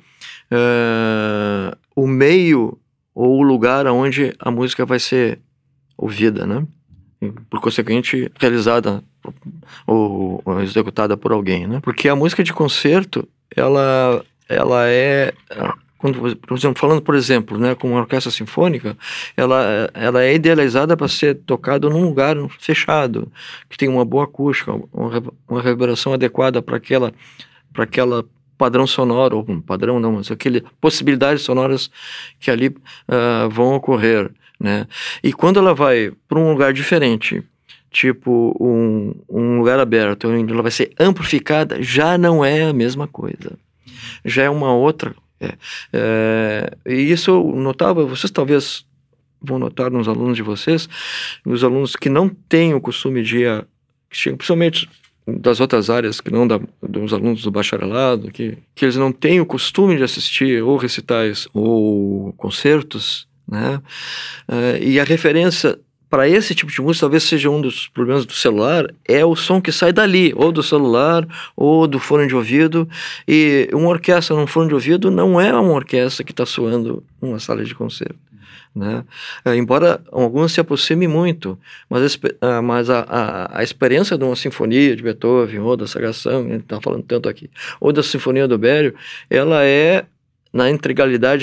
o meio ou o lugar onde a música vai ser ouvida, né? E, por consequente, realizada ou executada por alguém, né? Porque a música de concerto, ela é... Quando, por exemplo, falando, por exemplo, né, com uma orquestra sinfônica, ela é idealizada para ser tocada num lugar fechado, que tem uma boa acústica, uma reverberação adequada para aquela padrão sonoro, ou padrão não, mas aquelas possibilidades sonoras que ali vão ocorrer, né? E quando ela vai para um lugar diferente, tipo um lugar aberto, onde ela vai ser amplificada, já não é a mesma coisa. Já é uma outra... e isso eu notava, vocês talvez vão notar nos alunos de vocês, os alunos que não têm o costume de ir, principalmente das outras áreas, que não dos alunos do bacharelado, que eles não têm o costume de assistir ou recitais ou concertos, né? E a referência para esse tipo de música, talvez seja um dos problemas do celular, é o som que sai dali, ou do celular, ou do fone de ouvido. E uma orquestra num fone de ouvido não é uma orquestra que está soando numa sala de concerto, né? Embora alguns se aproximem muito, mas a experiência de uma sinfonia de Beethoven, ou da Sagação, a gente está falando tanto aqui, ou da Sinfonia do Bério, ela é, na integralidade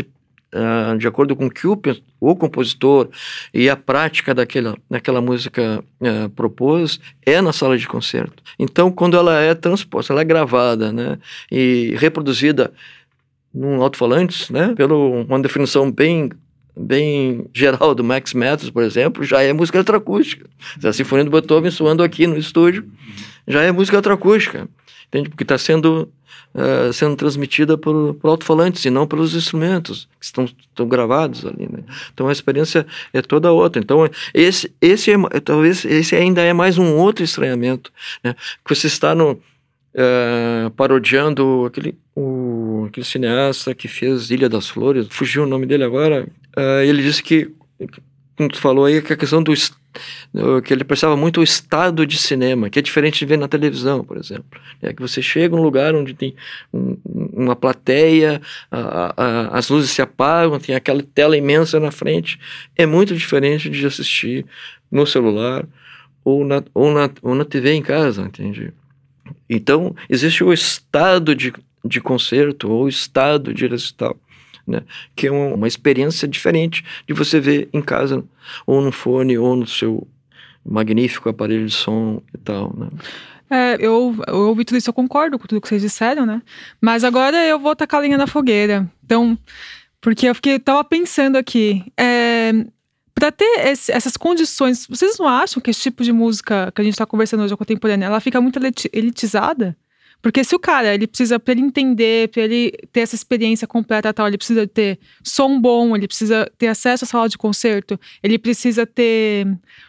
de acordo com o que o compositor e a prática daquela música propôs, é na sala de concerto. Então, quando ela é transposta, ela é gravada, né, e reproduzida num alto-falante, né, pela uma definição bem geral do Max Matters, por exemplo, já é música eletroacústica. A Sinfonia do Beethoven soando aqui no estúdio já é música eletroacústica, entende? Porque está sendo transmitida por alto-falantes e não pelos instrumentos que estão gravados ali, né? Então a experiência é toda outra. Então talvez esse ainda é mais um outro estranhamento, né? Que você está parodiando aquele cineasta que fez Ilha das Flores, fugiu o nome dele agora. Ele disse que, como tu falou aí, que a questão que ele apreciava muito o estado de cinema, que é diferente de ver na televisão, por exemplo. É que você chega num lugar onde tem uma plateia, as luzes se apagam, tem aquela tela imensa na frente. É muito diferente de assistir no celular ou na TV em casa, entende? Então, existe o estado de concerto ou o estado de recital, né? Que é uma experiência diferente de você ver em casa, ou no fone, ou no seu magnífico aparelho de som e tal, né? Eu ouvi tudo isso, eu concordo com tudo que vocês disseram, né? Mas agora eu vou tacar a lenha na fogueira. Então, porque tava pensando aqui, para ter essas condições, vocês não acham que esse tipo de música que a gente está conversando hoje, a contemporânea, ela fica muito elitizada? Porque se o cara, ele precisa, para ele entender, para ele ter essa experiência completa tal, ele precisa ter som bom, ele precisa ter acesso à sala de concerto, ele precisa ter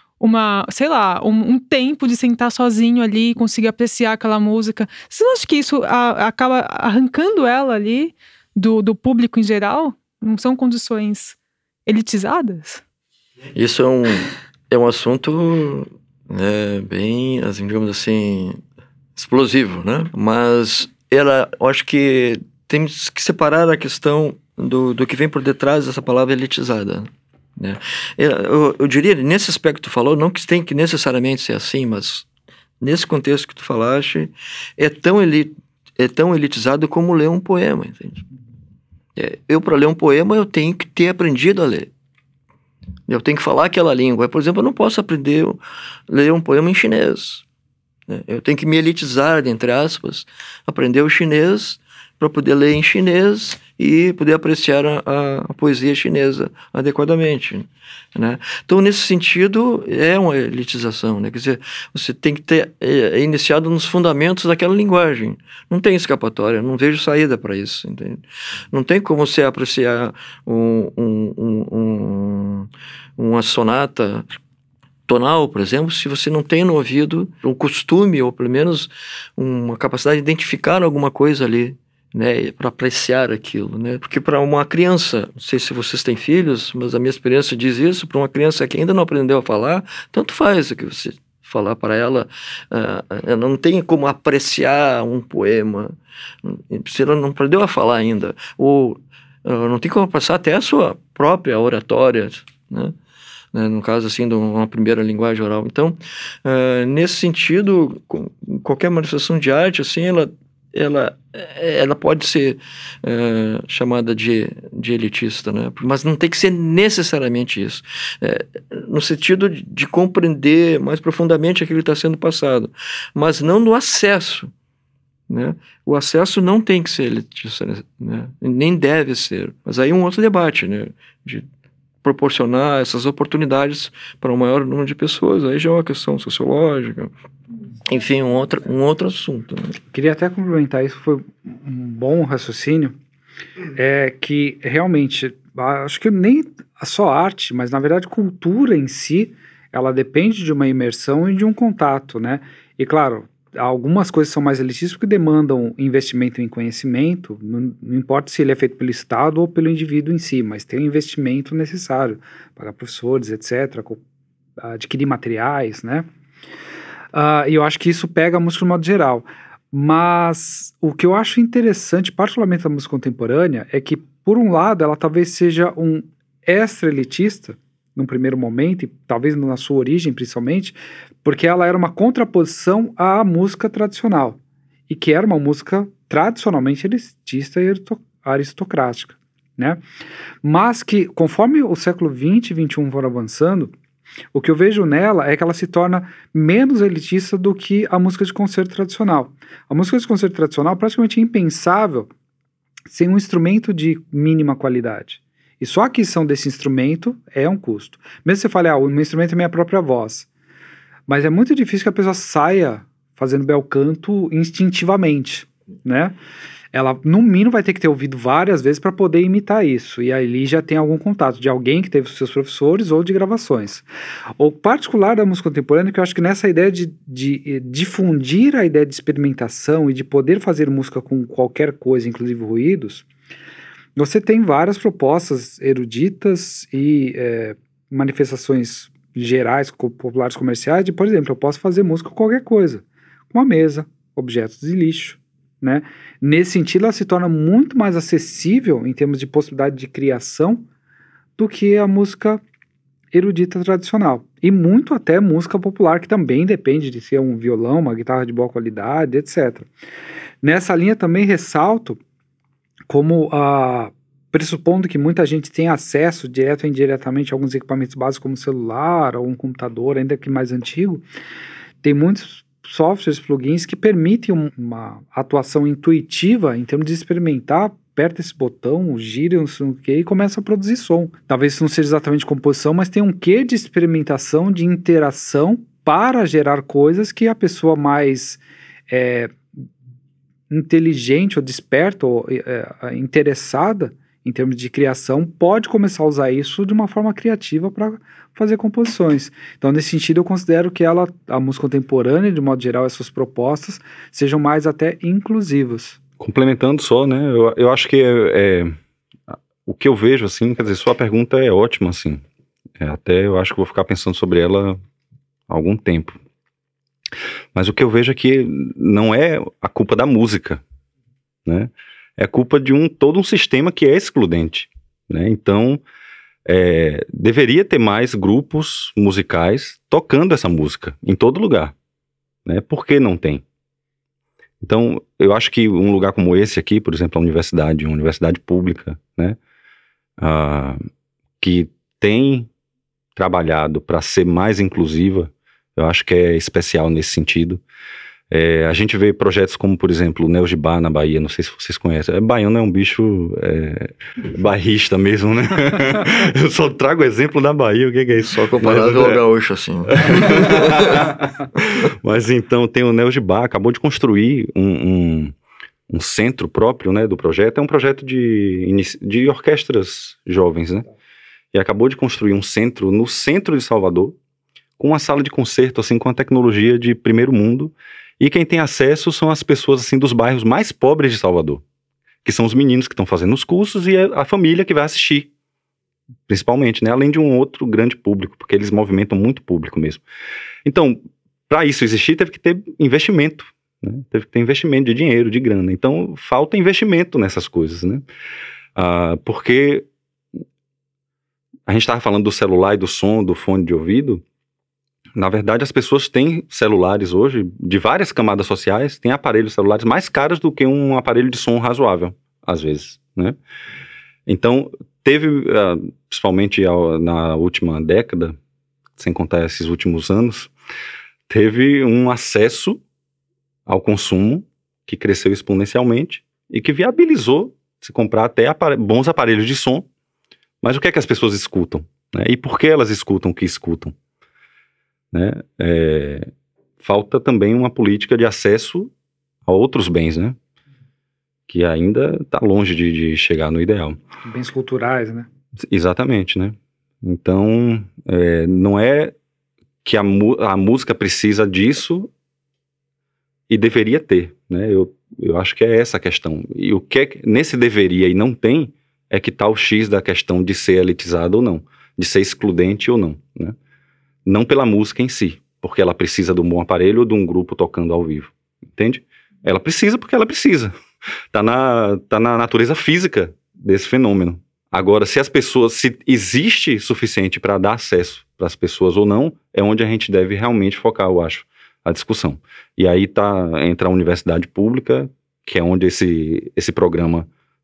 um tempo de sentar sozinho ali e conseguir apreciar aquela música. Você não acha que isso acaba arrancando ela ali do público em geral? Não são condições elitizadas? Isso é um assunto, né, bem, assim, digamos assim, explosivo, né? Mas eu acho que temos que separar a questão do que vem por detrás dessa palavra elitizada, né? Eu diria, nesse aspecto que tu falou, não que tem que necessariamente ser assim, mas nesse contexto que tu falaste, é tão elitizado como ler um poema, entende? Para ler um poema, eu tenho que ter aprendido a ler. Eu tenho que falar aquela língua. Por exemplo, eu não posso aprender a ler um poema em chinês. Eu tenho que me elitizar, entre aspas, aprender o chinês para poder ler em chinês e poder apreciar a poesia chinesa adequadamente, né? Então, nesse sentido, é uma elitização, né? Quer dizer, você tem que ter iniciado nos fundamentos daquela linguagem. Não tem escapatória, não vejo saída para isso, entende? Não tem como você apreciar uma sonata tonal, por exemplo, se você não tem no ouvido um costume, ou pelo menos uma capacidade de identificar alguma coisa ali, né, para apreciar aquilo, né? Porque para uma criança, não sei se vocês têm filhos, mas a minha experiência diz isso, para uma criança que ainda não aprendeu a falar, tanto faz o que você falar para ela, ela não tem como apreciar um poema, se ela não aprendeu a falar ainda, ou não tem como passar até a sua própria oratória, né? No caso, assim, de uma primeira linguagem oral. Então, nesse sentido, qualquer manifestação de arte, assim, ela pode ser chamada de elitista, né? Mas não tem que ser necessariamente isso. No sentido de compreender mais profundamente aquilo que está sendo passado, mas não no acesso, né? O acesso não tem que ser elitista, né? Nem deve ser. Mas aí um outro debate, né? De proporcionar essas oportunidades para um maior número de pessoas, aí já é uma questão sociológica, enfim, um outro assunto, né? Queria até complementar, isso foi um bom raciocínio, que realmente, acho que nem só arte, mas na verdade cultura em si, ela depende de uma imersão e de um contato, né? E claro, algumas coisas são mais elitistas porque demandam investimento em conhecimento, não importa se ele é feito pelo Estado ou pelo indivíduo em si, mas tem um investimento necessário para professores, etc., adquirir materiais, né? E eu acho que isso pega a música no modo geral. Mas o que eu acho interessante, particularmente da música contemporânea, é que, por um lado, ela talvez seja um extra-elitista, num primeiro momento, e talvez na sua origem principalmente, porque ela era uma contraposição à música tradicional, e que era uma música tradicionalmente elitista e aristocrática. né? Mas que, conforme o século XX e XXI foram avançando, o que eu vejo nela é que ela se torna menos elitista do que a música de concerto tradicional. A música de concerto tradicional praticamente é impensável sem um instrumento de mínima qualidade. E só a aquisição desse instrumento é um custo. Mesmo que você fale, o meu instrumento é minha própria voz. Mas é muito difícil que a pessoa saia fazendo bel canto instintivamente, né? Ela, no mínimo, vai ter que ter ouvido várias vezes para poder imitar isso. E ali já tem algum contato de alguém que teve os seus professores ou de gravações. O particular da música contemporânea, que eu acho que nessa ideia de difundir a ideia de experimentação e de poder fazer música com qualquer coisa, inclusive ruídos, você tem várias propostas eruditas e manifestações gerais, populares, comerciais, de, por exemplo, eu posso fazer música com qualquer coisa. Uma mesa, objetos de lixo, né? Nesse sentido, ela se torna muito mais acessível em termos de possibilidade de criação do que a música erudita tradicional. E muito até música popular, que também depende de ser um violão, uma guitarra de boa qualidade, etc. Nessa linha também ressalto como pressupondo que muita gente tem acesso direto ou indiretamente a alguns equipamentos básicos como celular ou um computador, ainda que mais antigo, tem muitos softwares, plugins que permitem uma atuação intuitiva em termos de experimentar, aperta esse botão, gira, não sei o que, e começa a produzir som. Talvez isso não seja exatamente composição, mas tem um quê de experimentação, de interação para gerar coisas que a pessoa mais inteligente ou desperta ou interessada em termos de criação pode começar a usar isso de uma forma criativa para fazer composições. Então, nesse sentido, eu considero que a música contemporânea, de modo geral, essas propostas, sejam mais até inclusivas. Complementando só, né, eu acho que o que eu vejo, assim, quer dizer, sua pergunta é ótima, assim, até eu acho que vou ficar pensando sobre ela há algum tempo. Mas o que eu vejo é que não é a culpa da música, né, é culpa de todo um sistema que é excludente, né, então deveria ter mais grupos musicais tocando essa música em todo lugar, né, por que não tem? Então, eu acho que um lugar como esse aqui, por exemplo, uma universidade pública, né, que tem trabalhado para ser mais inclusiva, eu acho que é especial nesse sentido. A gente vê projetos como, por exemplo, o Neo Gibá na Bahia, não sei se vocês conhecem. Baiano é um bicho bairrista mesmo, né? Eu só trago exemplo da Bahia, o que é isso? Só comparável ao gaúcho, assim. Mas então, tem o Neo Gibá, acabou de construir um centro próprio, né, do projeto. É um projeto de orquestras jovens, né? E acabou de construir um centro no centro de Salvador, com uma sala de concerto, assim, com a tecnologia de primeiro mundo. E quem tem acesso são as pessoas, assim, dos bairros mais pobres de Salvador, que são os meninos que estão fazendo os cursos e a família que vai assistir, principalmente, né? Além de um outro grande público, porque eles movimentam muito público mesmo. Então, para isso existir, teve que ter investimento, né? Teve que ter investimento de dinheiro, de grana. Então, falta investimento nessas coisas, né? Porque a gente estava falando do celular e do som, do fone de ouvido. Na verdade, as pessoas têm celulares hoje, de várias camadas sociais, têm aparelhos celulares mais caros do que um aparelho de som razoável, às vezes, né? Então, teve, principalmente na última década, sem contar esses últimos anos, teve um acesso ao consumo que cresceu exponencialmente e que viabilizou se comprar até bons aparelhos de som. Mas o que é que as pessoas escutam, né? E por que elas escutam o que escutam? Né? Falta também uma política de acesso a outros bens, né? Que ainda está longe de chegar no ideal. Bens culturais, né? Exatamente, né? Então, não é que a música precisa disso e deveria ter, né? Eu acho que é essa a questão. E o que nesse deveria e não tem é que está o X da questão de ser elitizado ou não, de ser excludente ou não, né? Não pela música em si, porque ela precisa de um bom aparelho ou de um grupo tocando ao vivo, entende? Ela precisa porque ela precisa. Tá na natureza física desse fenômeno. Agora, se existe suficiente para dar acesso para as pessoas ou não, é onde a gente deve realmente focar, eu acho, a discussão. E aí entra a universidade pública, que é onde esse programa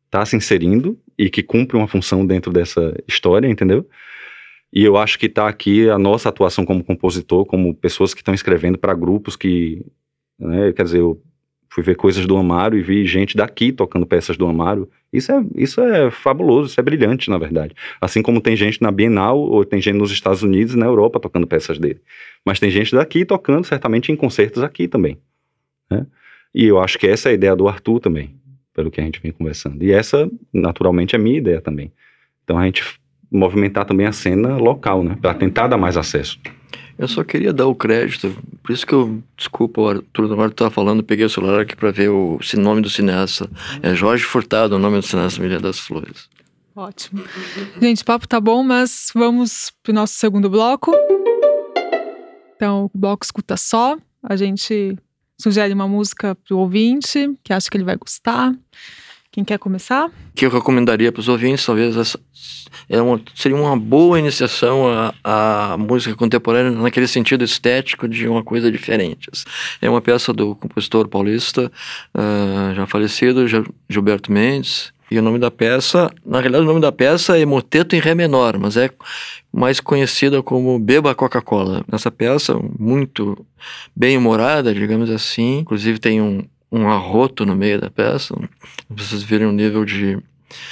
está se inserindo e que cumpre uma função dentro dessa história, entendeu? E eu acho que está aqui a nossa atuação como compositor, como pessoas que estão escrevendo para grupos que, né, quer dizer, eu fui ver coisas do Amaro e vi gente daqui tocando peças do Amaro. Isso é fabuloso, isso é brilhante, na verdade. Assim como tem gente na Bienal, ou tem gente nos Estados Unidos e na Europa tocando peças dele. Mas tem gente daqui tocando, certamente, em concertos aqui também, né? E eu acho que essa é a ideia do Arthur também, pelo que a gente vem conversando. E essa, naturalmente, é a minha ideia também. Então a gente movimentar também a cena local, né? Para tentar dar mais acesso. Eu só queria dar o crédito, por isso que desculpa, o Arthur, na hora que estava falando, peguei o celular aqui para ver o nome do cineasta. É Jorge Furtado, o nome do cineasta Milha das Flores. Ótimo. Gente, o papo tá bom, mas vamos pro nosso segundo bloco. Então, o bloco Escuta Só. A gente sugere uma música pro ouvinte, que acha que ele vai gostar. Quem quer começar? O que eu recomendaria para os ouvintes, talvez seria uma boa iniciação à música contemporânea naquele sentido estético de uma coisa diferente. É uma peça do compositor paulista, já falecido, Gilberto Mendes. E o nome da peça, na realidade o nome da peça é Moteto em Ré menor, mas é mais conhecida como Beba Coca-Cola. Essa peça, muito bem humorada, digamos assim, inclusive tem um arroto no meio da peça. Vocês verem o nível de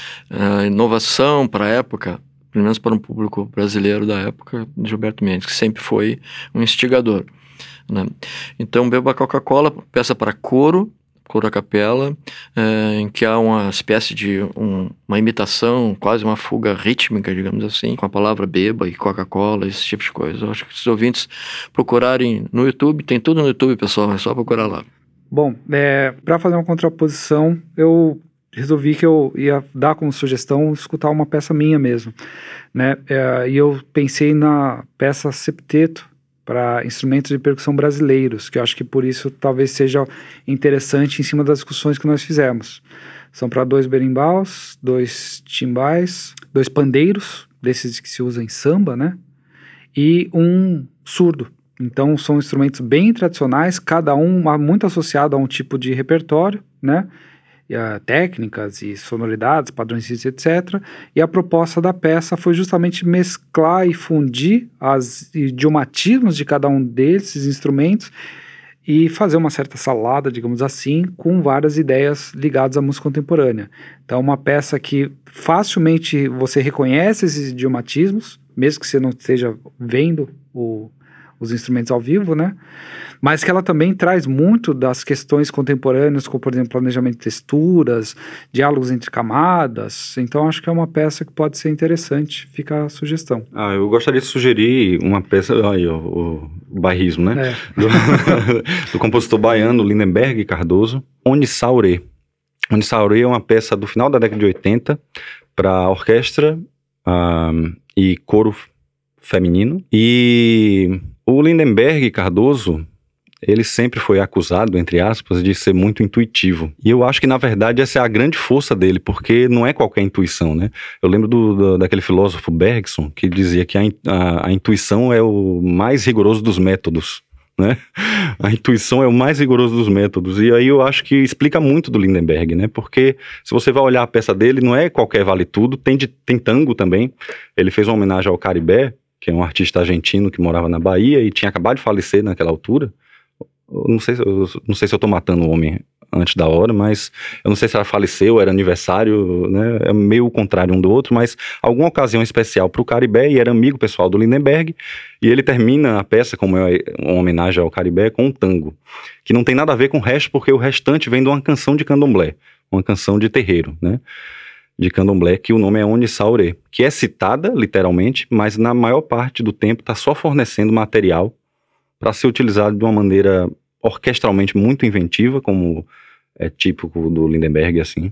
inovação para a época, pelo menos para um público brasileiro da época, de Gilberto Mendes, que sempre foi um instigador, né? Então, Beba Coca-Cola, peça para coro a capela, em que há uma espécie de uma imitação, quase uma fuga rítmica, digamos assim, com a palavra beba e Coca-Cola, esse tipo de coisa. Eu acho que se os ouvintes procurarem no YouTube, tem tudo no YouTube, pessoal, é só procurar lá. Bom, para fazer uma contraposição, eu resolvi que eu ia dar como sugestão escutar uma peça minha mesmo, né? E eu pensei na peça Septeto para instrumentos de percussão brasileiros, que eu acho que por isso talvez seja interessante em cima das discussões que nós fizemos. São para 2 berimbaus, 2 timbais, 2 pandeiros, desses que se usam em samba, né? E um surdo. Então são instrumentos bem tradicionais, cada um muito associado a um tipo de repertório, né? E técnicas e sonoridades, padrões, etc. E a proposta da peça foi justamente mesclar e fundir os idiomatismos de cada um desses instrumentos e fazer uma certa salada, digamos assim, com várias ideias ligadas à música contemporânea. Então, uma peça que facilmente você reconhece esses idiomatismos, mesmo que você não esteja vendo os instrumentos ao vivo, né? Mas que ela também traz muito das questões contemporâneas, como, por exemplo, planejamento de texturas, diálogos entre camadas. Então, acho que é uma peça que pode ser interessante. Fica a sugestão. Eu gostaria de sugerir uma peça, o bairrismo, né? Do compositor baiano Lindenberg Cardoso, Onisaurê. Onisaurê é uma peça do final da década de 80 para orquestra e coro feminino. E o Lindenberg Cardoso, ele sempre foi acusado, entre aspas, de ser muito intuitivo. E eu acho que, na verdade, essa é a grande força dele, porque não é qualquer intuição, né? Eu lembro daquele filósofo Bergson, que dizia que a intuição é o mais rigoroso dos métodos, né? A intuição é o mais rigoroso dos métodos. E aí eu acho que explica muito do Lindenberg, né? Porque se você vai olhar a peça dele, não é qualquer vale tudo, tem tango também. Ele fez uma homenagem ao Caribé, que é um artista argentino que morava na Bahia e tinha acabado de falecer naquela altura. Eu não sei se eu estou matando o homem antes da hora, mas eu não sei se ela faleceu, era aniversário, né? É meio o contrário um do outro, mas alguma ocasião especial para o Caribé, e era amigo pessoal do Lindenberg, e ele termina a peça, como é uma homenagem ao Caribé, com um tango, que não tem nada a ver com o resto, porque o restante vem de uma canção de candomblé, uma canção de terreiro, né? De candomblé, que o nome é Onisaurê, que é citada, literalmente, mas na maior parte do tempo está só fornecendo material para ser utilizado de uma maneira orquestralmente muito inventiva, como é típico do Lindenberg, assim,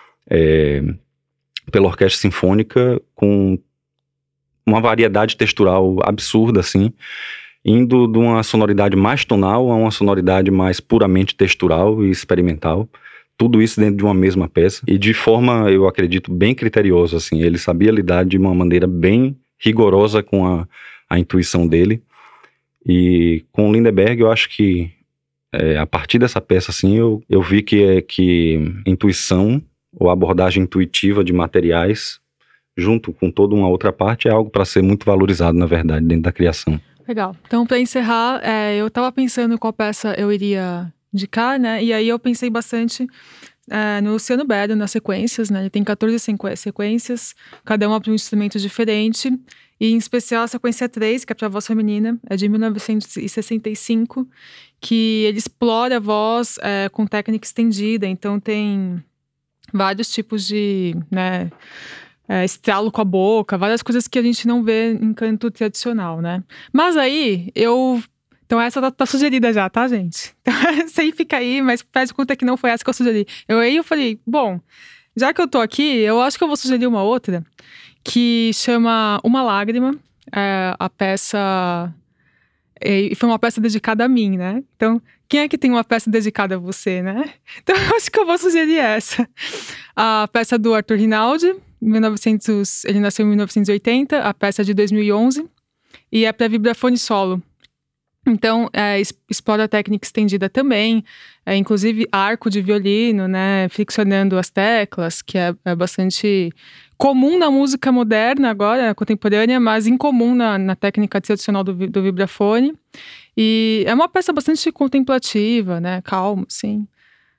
pela orquestra sinfônica, com uma variedade textural absurda, assim, indo de uma sonoridade mais tonal a uma sonoridade mais puramente textural e experimental. Tudo isso dentro de uma mesma peça e de forma, eu acredito, bem criteriosa, assim. Ele sabia lidar de uma maneira bem rigorosa com a intuição dele. E com o Lindenberg, eu acho que a partir dessa peça, assim, eu vi que intuição ou a abordagem intuitiva de materiais, junto com toda uma outra parte, é algo para ser muito valorizado, na verdade, dentro da criação. Legal. Então, para encerrar, eu estava pensando qual peça eu iria indicar, né? E aí eu pensei bastante no Luciano Berio, nas sequências, né? Ele tem 14 sequências, cada uma para um instrumento diferente. E em especial a sequência 3, que é para voz feminina, é de 1965, que ele explora a voz com técnica estendida. Então tem vários tipos de, né, estralo com a boca, várias coisas que a gente não vê em canto tradicional, né? Mas aí, então essa tá sugerida já, tá, gente? Então, sei, fica aí, mas faz conta que não foi essa que eu sugeri. Eu falei, bom, já que eu tô aqui, eu acho que eu vou sugerir uma outra, que chama Uma Lágrima, a peça... E foi uma peça dedicada a mim, né? Então, quem é que tem uma peça dedicada a você, né? Então, eu acho que eu vou sugerir essa. A peça do Arthur Rinaldi, ele nasceu em 1980, a peça é de 2011, e é para vibrafone solo. Então, explora a técnica estendida também, inclusive arco de violino, né? Friccionando as teclas, que é bastante comum na música moderna agora, contemporânea, mas incomum na técnica tradicional do vibrafone. E é uma peça bastante contemplativa, né? Calma, sim.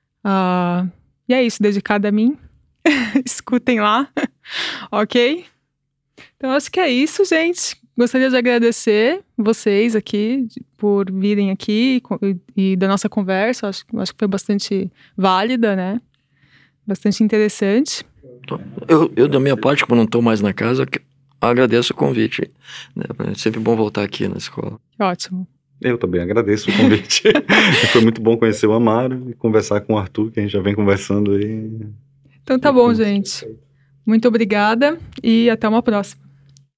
E é isso, dedicada a mim. Escutem lá, ok? Então, acho que é isso, gente. Gostaria de agradecer vocês aqui por virem aqui e da nossa conversa. Acho que foi bastante válida, né? Bastante interessante. Eu da minha parte, como não estou mais na casa, agradeço o convite. Né? É sempre bom voltar aqui na escola. Ótimo. Eu também agradeço o convite. Foi muito bom conhecer o Amaro e conversar com o Arthur, que a gente já vem conversando aí. Então tá bom, gente. Muito obrigada e até uma próxima.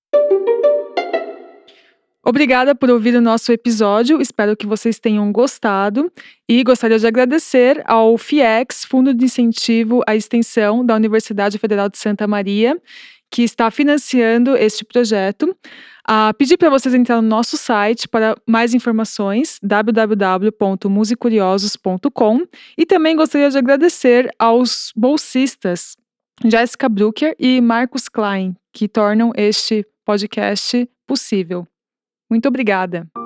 Obrigada por ouvir o nosso episódio, espero que vocês tenham gostado e gostaria de agradecer ao FIEX, Fundo de Incentivo à Extensão da Universidade Federal de Santa Maria, que está financiando este projeto. Pedir para vocês entrar no nosso site para mais informações, www.musicuriosos.com, e também gostaria de agradecer aos bolsistas Jéssica Brucker e Marcos Klein, que tornam este podcast possível. Muito obrigada.